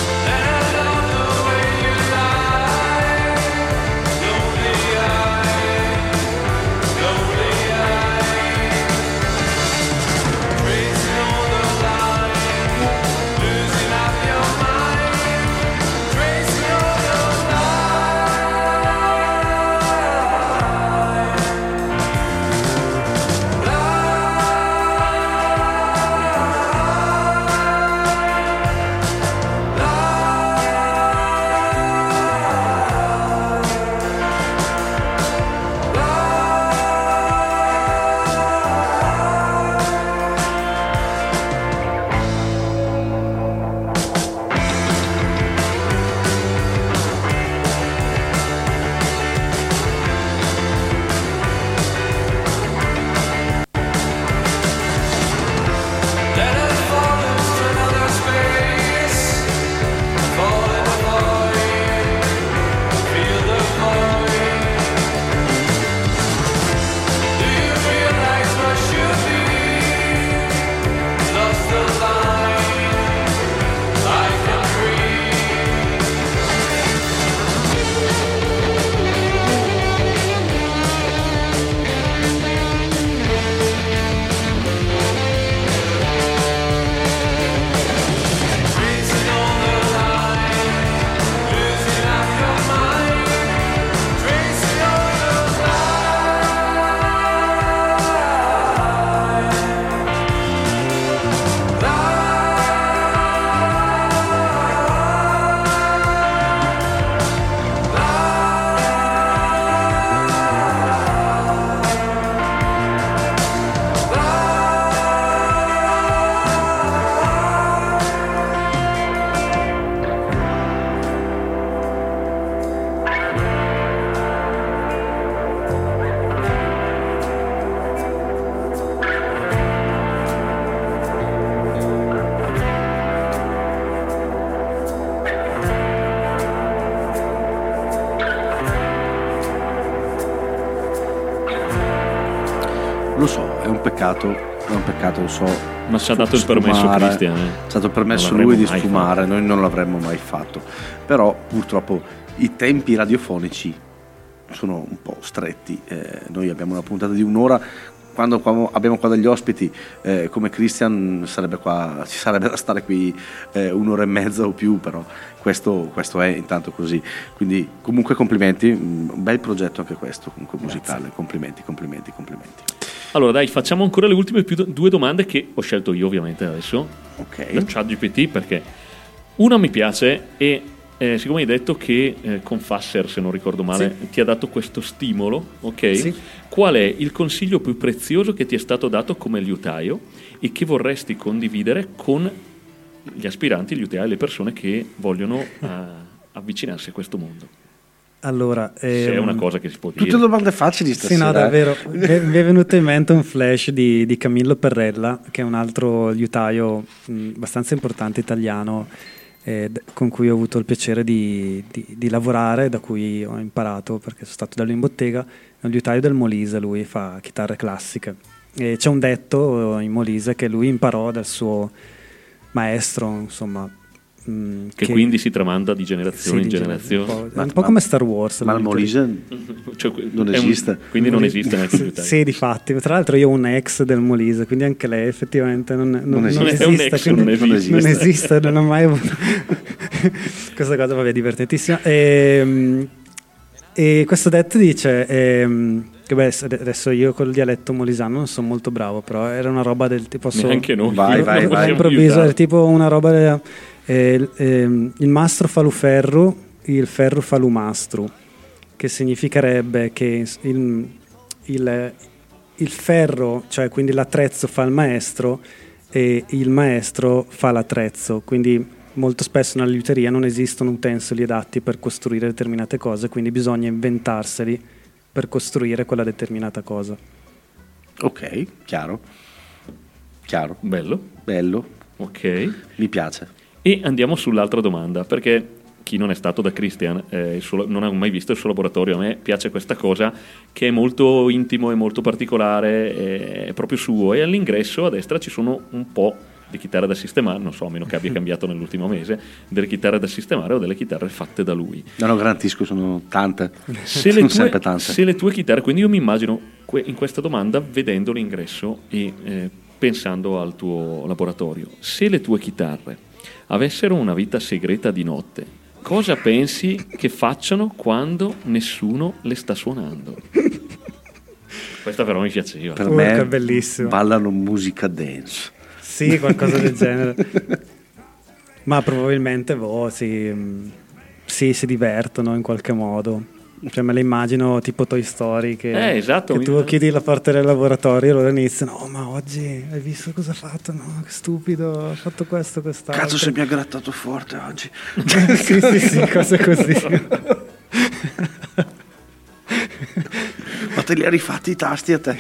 Lo so, è un peccato, è un peccato, lo so. Ma ci ha dato il permesso Sfumare, Christian. Eh. Ci ha dato il permesso Non lui di l'avremmo mai sfumare, fatto. noi non l'avremmo mai fatto. Però purtroppo i tempi radiofonici sono un po' stretti. Eh, noi abbiamo una puntata di un'ora. Quando, quando abbiamo qua degli ospiti eh, come Christian sarebbe qua, ci sarebbe da stare qui eh, un'ora e mezza o più, però questo, questo è intanto così. Quindi comunque complimenti, un bel progetto anche questo, comunque musicale. Complimenti, complimenti, complimenti. Allora dai, facciamo ancora le ultime più, due domande che ho scelto io ovviamente adesso Ok. da ChatGPT, perché una mi piace e eh, siccome hai detto che eh, con Fasser, se non ricordo male, Sì. ti ha dato questo stimolo, ok? Sì. Qual è il consiglio più prezioso che ti è stato dato come liutaio e che vorresti condividere con gli aspiranti, gli liutai, le persone che vogliono eh, avvicinarsi a questo mondo? Allora, Se è ehm, una cosa che si può dire. Tutte domande facili sì, stasera. no, eh. davvero. Mi è mi è venuto in mente un flash di, di Camillo Perrella, che è un altro liutaio mh, abbastanza importante italiano, eh, d- con cui ho avuto il piacere di, di- di lavorare, da cui ho imparato, perché sono stato da lui in bottega. È un liutaio del Molise, lui fa chitarre classiche. E c'è un detto in Molise che lui imparò dal suo maestro, insomma. mh, Che, quindi si tramanda di generazione sì, in di generazione. gener- un po', Ma- è un po' ma- come Star Wars. Ma il la vita di- Molise Cioè, non è un- esiste. quindi non esiste neanche il liutaio. Sì, difatti. Tra l'altro io ho un ex del Molise, quindi anche lei effettivamente non, non, non esiste. esiste. È un ex, quindi non esiste. non esiste, non ho mai avuto questa cosa, vabbè, divertentissima. E, e questo detto dice ehm, che beh, adesso io col dialetto molisano non sono molto bravo, però era una roba del tipo so- Neanche noi. Vai, non vai, vai. possiamo all'improvviso aiutare. era tipo una roba del- eh, ehm, il mastro fa lu ferro, il ferro fa lu mastro, che significherebbe che il, il, il ferro, cioè quindi l'attrezzo fa il maestro e il maestro fa l'attrezzo, quindi molto spesso nella liuteria non esistono utensili adatti per costruire determinate cose, quindi bisogna inventarseli per costruire quella determinata cosa. Ok, chiaro. Chiaro. Bello, Bello. ok. Mi piace. E andiamo sull'altra domanda, perché chi non è stato da Christian, eh, il suo- non ha mai visto il suo laboratorio, a me piace questa cosa che è molto intimo e molto particolare, eh, è proprio suo, e all'ingresso a destra ci sono un po' di chitarre da sistemare, non so, a meno che abbia cambiato nell'ultimo mese, delle chitarre da sistemare o delle chitarre fatte da lui. No, no, garantisco, sono tante. Se le, sono tue, sempre tante. se le tue chitarre, quindi io mi immagino que- in questa domanda vedendo l'ingresso e eh, pensando al tuo laboratorio, se le tue chitarre avessero una vita segreta di notte, cosa pensi che facciano quando nessuno le sta suonando? Questa però mi piaceva. Per Urca, me bellissimo. ballano musica dance. Sì, qualcosa del genere. Ma probabilmente boh, sì, mh, sì, si divertono in qualche modo. Cioè me le immagino tipo Toy Story che, Eh, esatto, che mi- tu chiudi la porta del laboratorio e loro iniziano: oh, ma oggi hai visto cosa ha fatto? No, che stupido, ha fatto questo, quest'altro. Cazzo, se mi ha grattato forte oggi. Sì, sì, sì, cose così. Ma te li hai rifatti i tasti a te?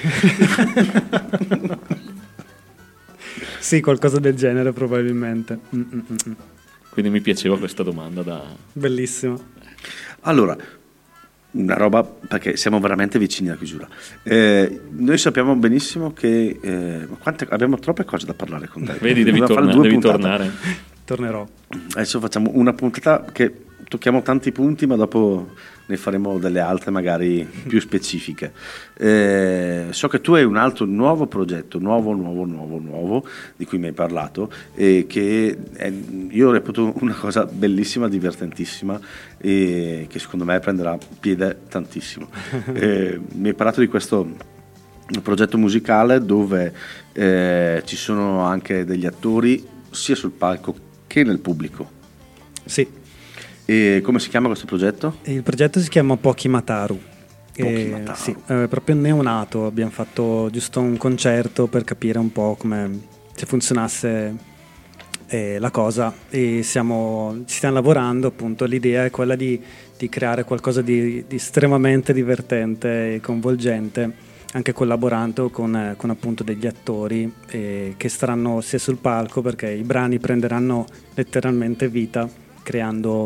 Sì, qualcosa del genere probabilmente. Mm, mm, mm, mm. Quindi mi piaceva questa domanda da... Bellissimo. Allora, una roba, perché siamo veramente vicini alla chiusura. Eh, noi sappiamo benissimo che eh, ma quante, abbiamo troppe cose da parlare con te. Vedi, devi, Dobbiamo fare torna- due devi puntate. tornare. Tornerò. Adesso facciamo una puntata che tocchiamo tanti punti, ma dopo ne faremo delle altre magari più specifiche. Eh, so che tu hai un altro nuovo progetto, nuovo, nuovo, nuovo, nuovo, di cui mi hai parlato, e che è, io reputo una cosa bellissima, divertentissima, e che secondo me prenderà piede tantissimo. Eh, mi hai parlato di questo progetto musicale dove eh, ci sono anche degli attori sia sul palco che nel pubblico. Sì. E come si chiama questo progetto? Il progetto si chiama Pochi Mataru. Pochi Eh, Mataru. sì, è proprio neonato, abbiamo fatto giusto un concerto per capire un po' come se funzionasse eh, la cosa, e siamo, ci stiamo lavorando, appunto. L'idea è quella di, di creare qualcosa di, di estremamente divertente e coinvolgente, anche collaborando con, eh, con appunto degli attori eh, che staranno sia sul palco, perché i brani prenderanno letteralmente vita creando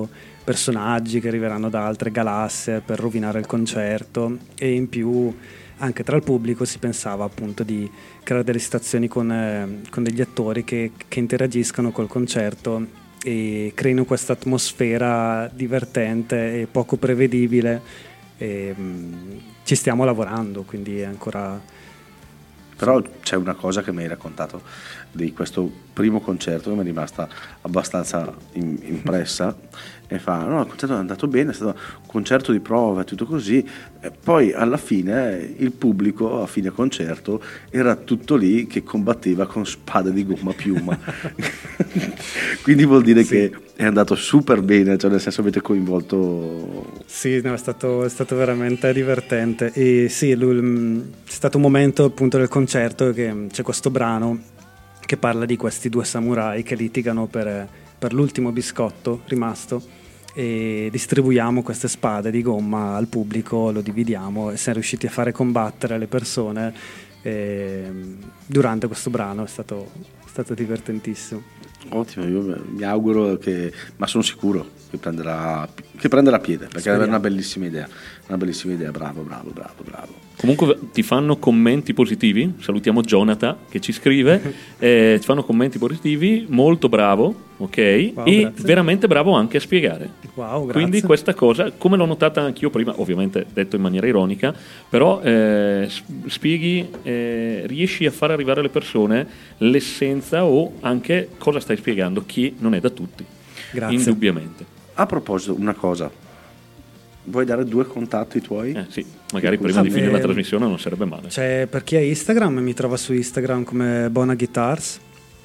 personaggi che arriveranno da altre galassie per rovinare il concerto, e in più anche tra il pubblico si pensava appunto di creare delle situazioni con, eh, con degli attori che, che interagiscano col concerto e creino questa atmosfera divertente e poco prevedibile, e, mh, ci stiamo lavorando, quindi è ancora... Però c'è una cosa che mi hai raccontato di questo primo concerto che mi è rimasta abbastanza in, impressa, e fa: no, il concerto è andato bene, è stato un concerto di prova e tutto così, e poi alla fine il pubblico a fine concerto era tutto lì che combatteva con spade di gomma piuma. Quindi vuol dire sì, che è andato super bene, cioè nel senso avete coinvolto... Sì, no, è stato, è stato veramente divertente, e sì, lui, è stato un momento appunto del concerto che c'è questo brano che parla di questi due samurai che litigano per, per l'ultimo biscotto rimasto, e distribuiamo queste spade di gomma al pubblico, lo dividiamo e siamo riusciti a fare combattere le persone eh, durante questo brano. È stato, è stato divertentissimo. Ottimo, io mi auguro che, ma sono sicuro che prenderà, che prenderà piede, perché è una bellissima idea, una bellissima idea, bravo, bravo, bravo, bravo. Comunque ti fanno commenti positivi, salutiamo Jonathan che ci scrive, eh, ci fanno commenti positivi, molto bravo, ok, wow, e grazie. Veramente bravo anche a spiegare. Wow, grazie. Quindi questa cosa, come l'ho notata anch'io prima, ovviamente detto in maniera ironica, però eh, spieghi, eh, riesci a far arrivare alle persone l'essenza o anche cosa stai spiegando, che non è da tutti. Grazie. Indubbiamente. A proposito, una cosa, vuoi dare due contatti tuoi? Eh sì, magari prima Ah, di finire eh, la trasmissione non sarebbe male. Cioè, per chi ha Instagram, mi trova su Instagram come Bona Guitars,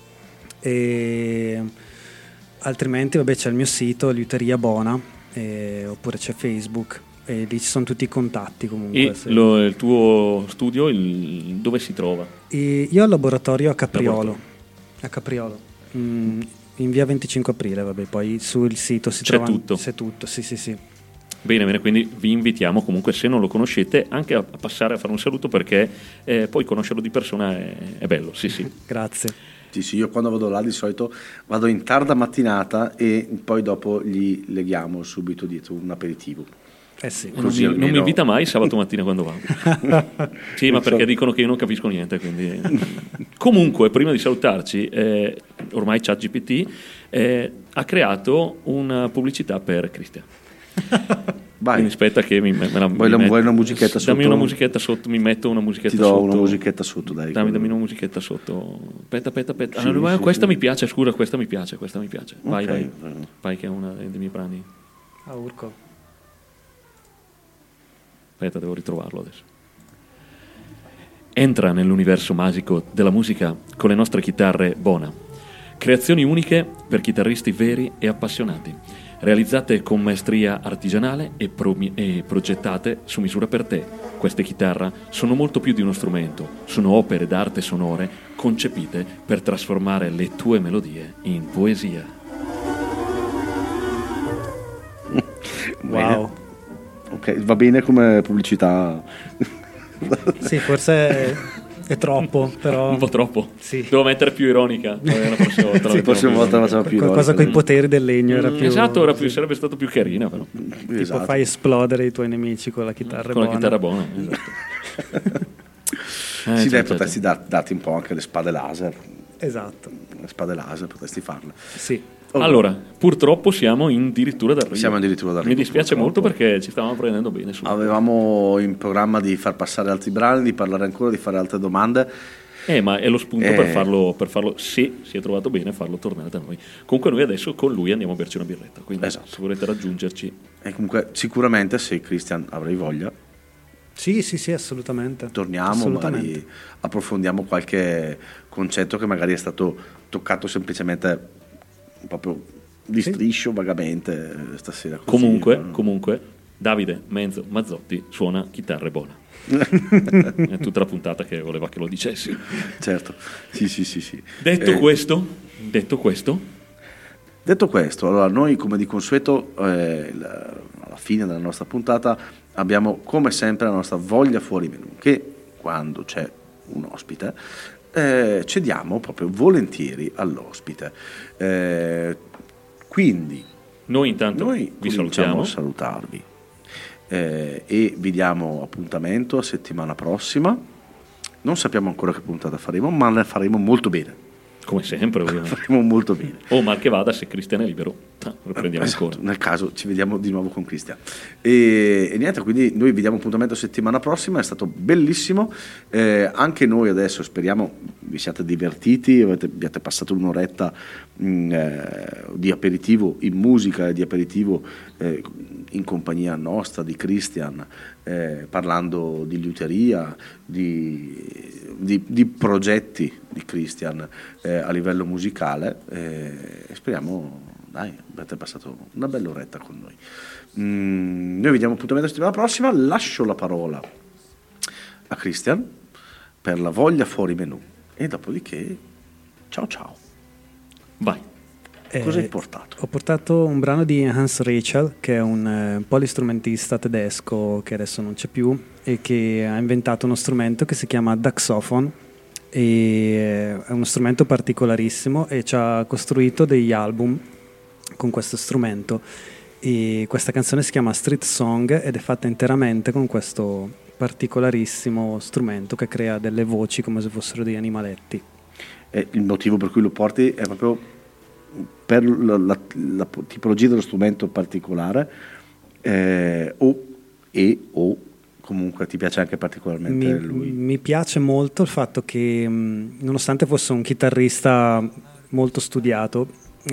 e altrimenti vabbè c'è il mio sito Liuteria Bona, e, oppure c'è Facebook, e lì ci sono tutti i contatti comunque. E se... lo, il tuo studio il, dove si trova? E io ho il laboratorio a Capriolo, Laboratorio. a Capriolo, mm, in via venticinque aprile, vabbè, poi sul sito si C'è trova tutto. c'è tutto, sì sì sì. Bene, bene, quindi vi invitiamo comunque, se non lo conoscete, anche a passare a fare un saluto, perché eh, poi conoscerlo di persona è, è bello, sì sì. Grazie. Sì, sì, io quando vado là di solito vado in tarda mattinata e poi dopo gli leghiamo subito dietro un aperitivo. Eh sì. Non Così mi, almeno... non mi invita mai sabato mattina quando vado. Sì, ma perché dicono che io non capisco niente, quindi... Comunque, prima di salutarci, eh, ormai ChatGPT eh, ha creato una pubblicità per Christian. Vai. Quindi aspetta che mi, me la, Vuoi, mi la, met- vuoi una musichetta sotto? Dammi una musichetta sotto, mi metto una musichetta Ti do sotto. una musichetta sotto, dai. Dammi, dammi una musichetta sotto. Aspetta, aspetta, aspetta. Sì, Ah, sì, questa sì. mi piace, scusa, questa mi piace, questa mi piace. Vai, Ok. vai. Vai che è una dei miei brani. Ah, urco. Aspetta, devo ritrovarlo adesso. Entra nell'universo magico della musica con le nostre chitarre Bona. Creazioni uniche per chitarristi veri e appassionati, realizzate con maestria artigianale e, pro- e progettate su misura per te. Queste chitarre sono molto più di uno strumento, sono opere d'arte sonore concepite per trasformare le tue melodie in poesia. Wow. Ok, va bene come pubblicità. Sì, forse è, è troppo, però Un po' troppo? Sì. Devo mettere più ironica. Vabbè, la prossima volta la Sì, metterò prossima più volta la ironica. facciamo più qualcosa con i ironica. poteri del legno era più... Esatto, era più, sarebbe stato più carina però. Tipo Esatto. fai esplodere i tuoi nemici con la chitarra Con la buona. chitarra buona, esatto. Eh, Sì, già, dai, già, potresti dar- darti un po' anche le spade laser. Esatto, Le spade laser potresti farle. sì. Oh, Allora, purtroppo siamo addirittura d'arrivo. Siamo addirittura d'arrivo, Mi dispiace purtroppo. molto perché ci stavamo prendendo bene su. avevamo in programma di far passare altri brani, di parlare ancora, di fare altre domande. Eh, ma è lo spunto Eh. per farlo, per farlo, se si è trovato bene, farlo tornare da noi. Comunque noi adesso con lui andiamo a berci una birretta, quindi Esatto. se volete raggiungerci. E comunque sicuramente se Christian avrai voglia, Sì, sì, sì, assolutamente. torniamo, Assolutamente. magari approfondiamo qualche concetto che magari è stato toccato semplicemente proprio di Sì. striscio vagamente eh, stasera. Così, Comunque, no? comunque, Davide Menzo Mazzotti suona chitarre buona. È tutta la puntata che voleva che lo dicessi. Certo, sì, sì, sì, sì. Detto Eh, questo, detto questo, Detto questo, allora noi come di consueto eh, la- alla fine della nostra puntata abbiamo come sempre la nostra voglia fuori menù, che quando c'è un ospite eh, cediamo proprio volentieri all'ospite. Eh, quindi Noi intanto Noi vi salutiamo salutiamo. a salutarvi eh, e vi diamo appuntamento a settimana prossima. Non sappiamo ancora che puntata faremo, ma la faremo molto bene. Come sempre, ovviamente. Faremo molto bene. O mal che vada, se Cristian è libero, ah, lo prendiamo Esatto, ancora. nel caso ci vediamo di nuovo con Cristian. E, e niente, quindi noi vi diamo appuntamento settimana prossima, è stato bellissimo. Eh, anche noi adesso speriamo vi siate divertiti, avete, abbiate passato un'oretta mh, eh, di aperitivo in musica e di aperitivo eh, in compagnia nostra, di Cristian, eh, parlando di liuteria, di, di, di progetti di Cristian eh, a livello musicale eh, e speriamo dai, avete passato una bella oretta con noi. Mm, noi vi diamo appuntamento la settimana prossima, lascio la parola a Cristian per la voglia fuori menù e dopodiché ciao ciao. Vai. Cosa Eh, hai portato? Ho portato un brano di Hans Rachel, che è un eh, polistrumentista tedesco che adesso non c'è più e che ha inventato uno strumento che si chiama Daxophone, e eh, è uno strumento particolarissimo e ci ha costruito degli album con questo strumento, e questa canzone si chiama Street Song ed è fatta interamente con questo particolarissimo strumento che crea delle voci come se fossero degli animaletti. E il motivo per cui lo porti è proprio per la, la, la tipologia dello strumento particolare eh, o, e o comunque ti piace anche particolarmente Mi, lui? mi piace molto il fatto che mh, nonostante fosse un chitarrista molto studiato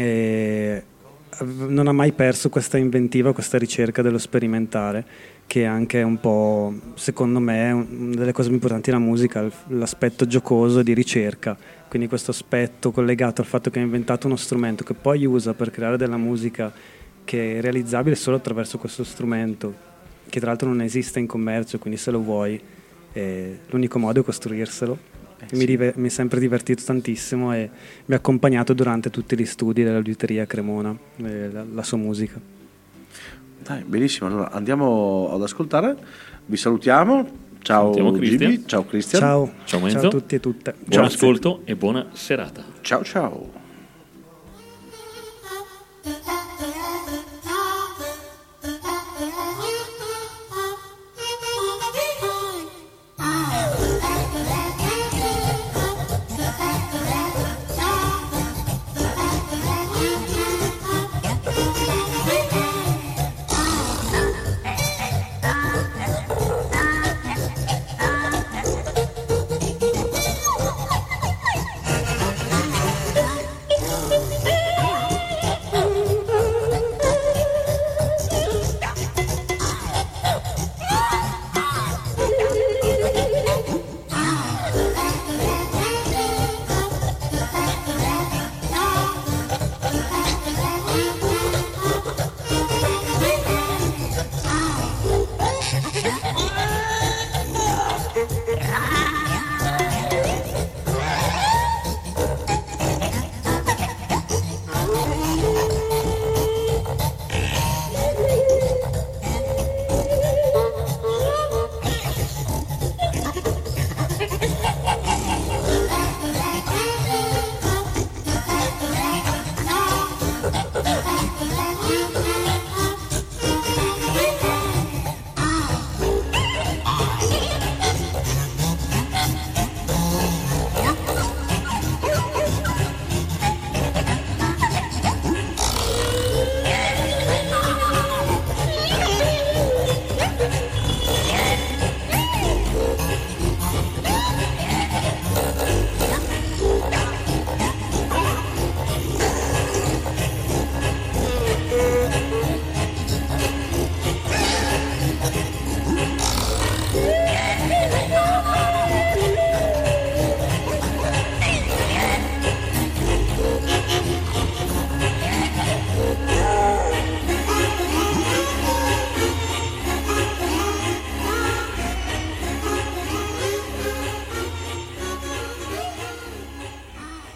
eh, non ha mai perso questa inventiva, questa ricerca dello sperimentare, che è anche un po', secondo me, una delle cose più importanti della musica, l'aspetto giocoso di ricerca. Quindi questo aspetto collegato al fatto che ha inventato uno strumento che poi usa per creare della musica che è realizzabile solo attraverso questo strumento, che tra l'altro non esiste in commercio, quindi se lo vuoi eh, l'unico modo è costruirselo. Eh, mi, sì. diver- mi è sempre divertito tantissimo e mi ha accompagnato durante tutti gli studi della liuteria a Cremona, eh, la, la sua musica. Dai, benissimo, allora andiamo ad ascoltare, vi salutiamo, ciao Salutiamo Cristian. Gibi, ciao Cristian, Ciao, Ciao, ciao Menzo. a tutti e tutte. Buon ascolto e buona serata. ciao ciao.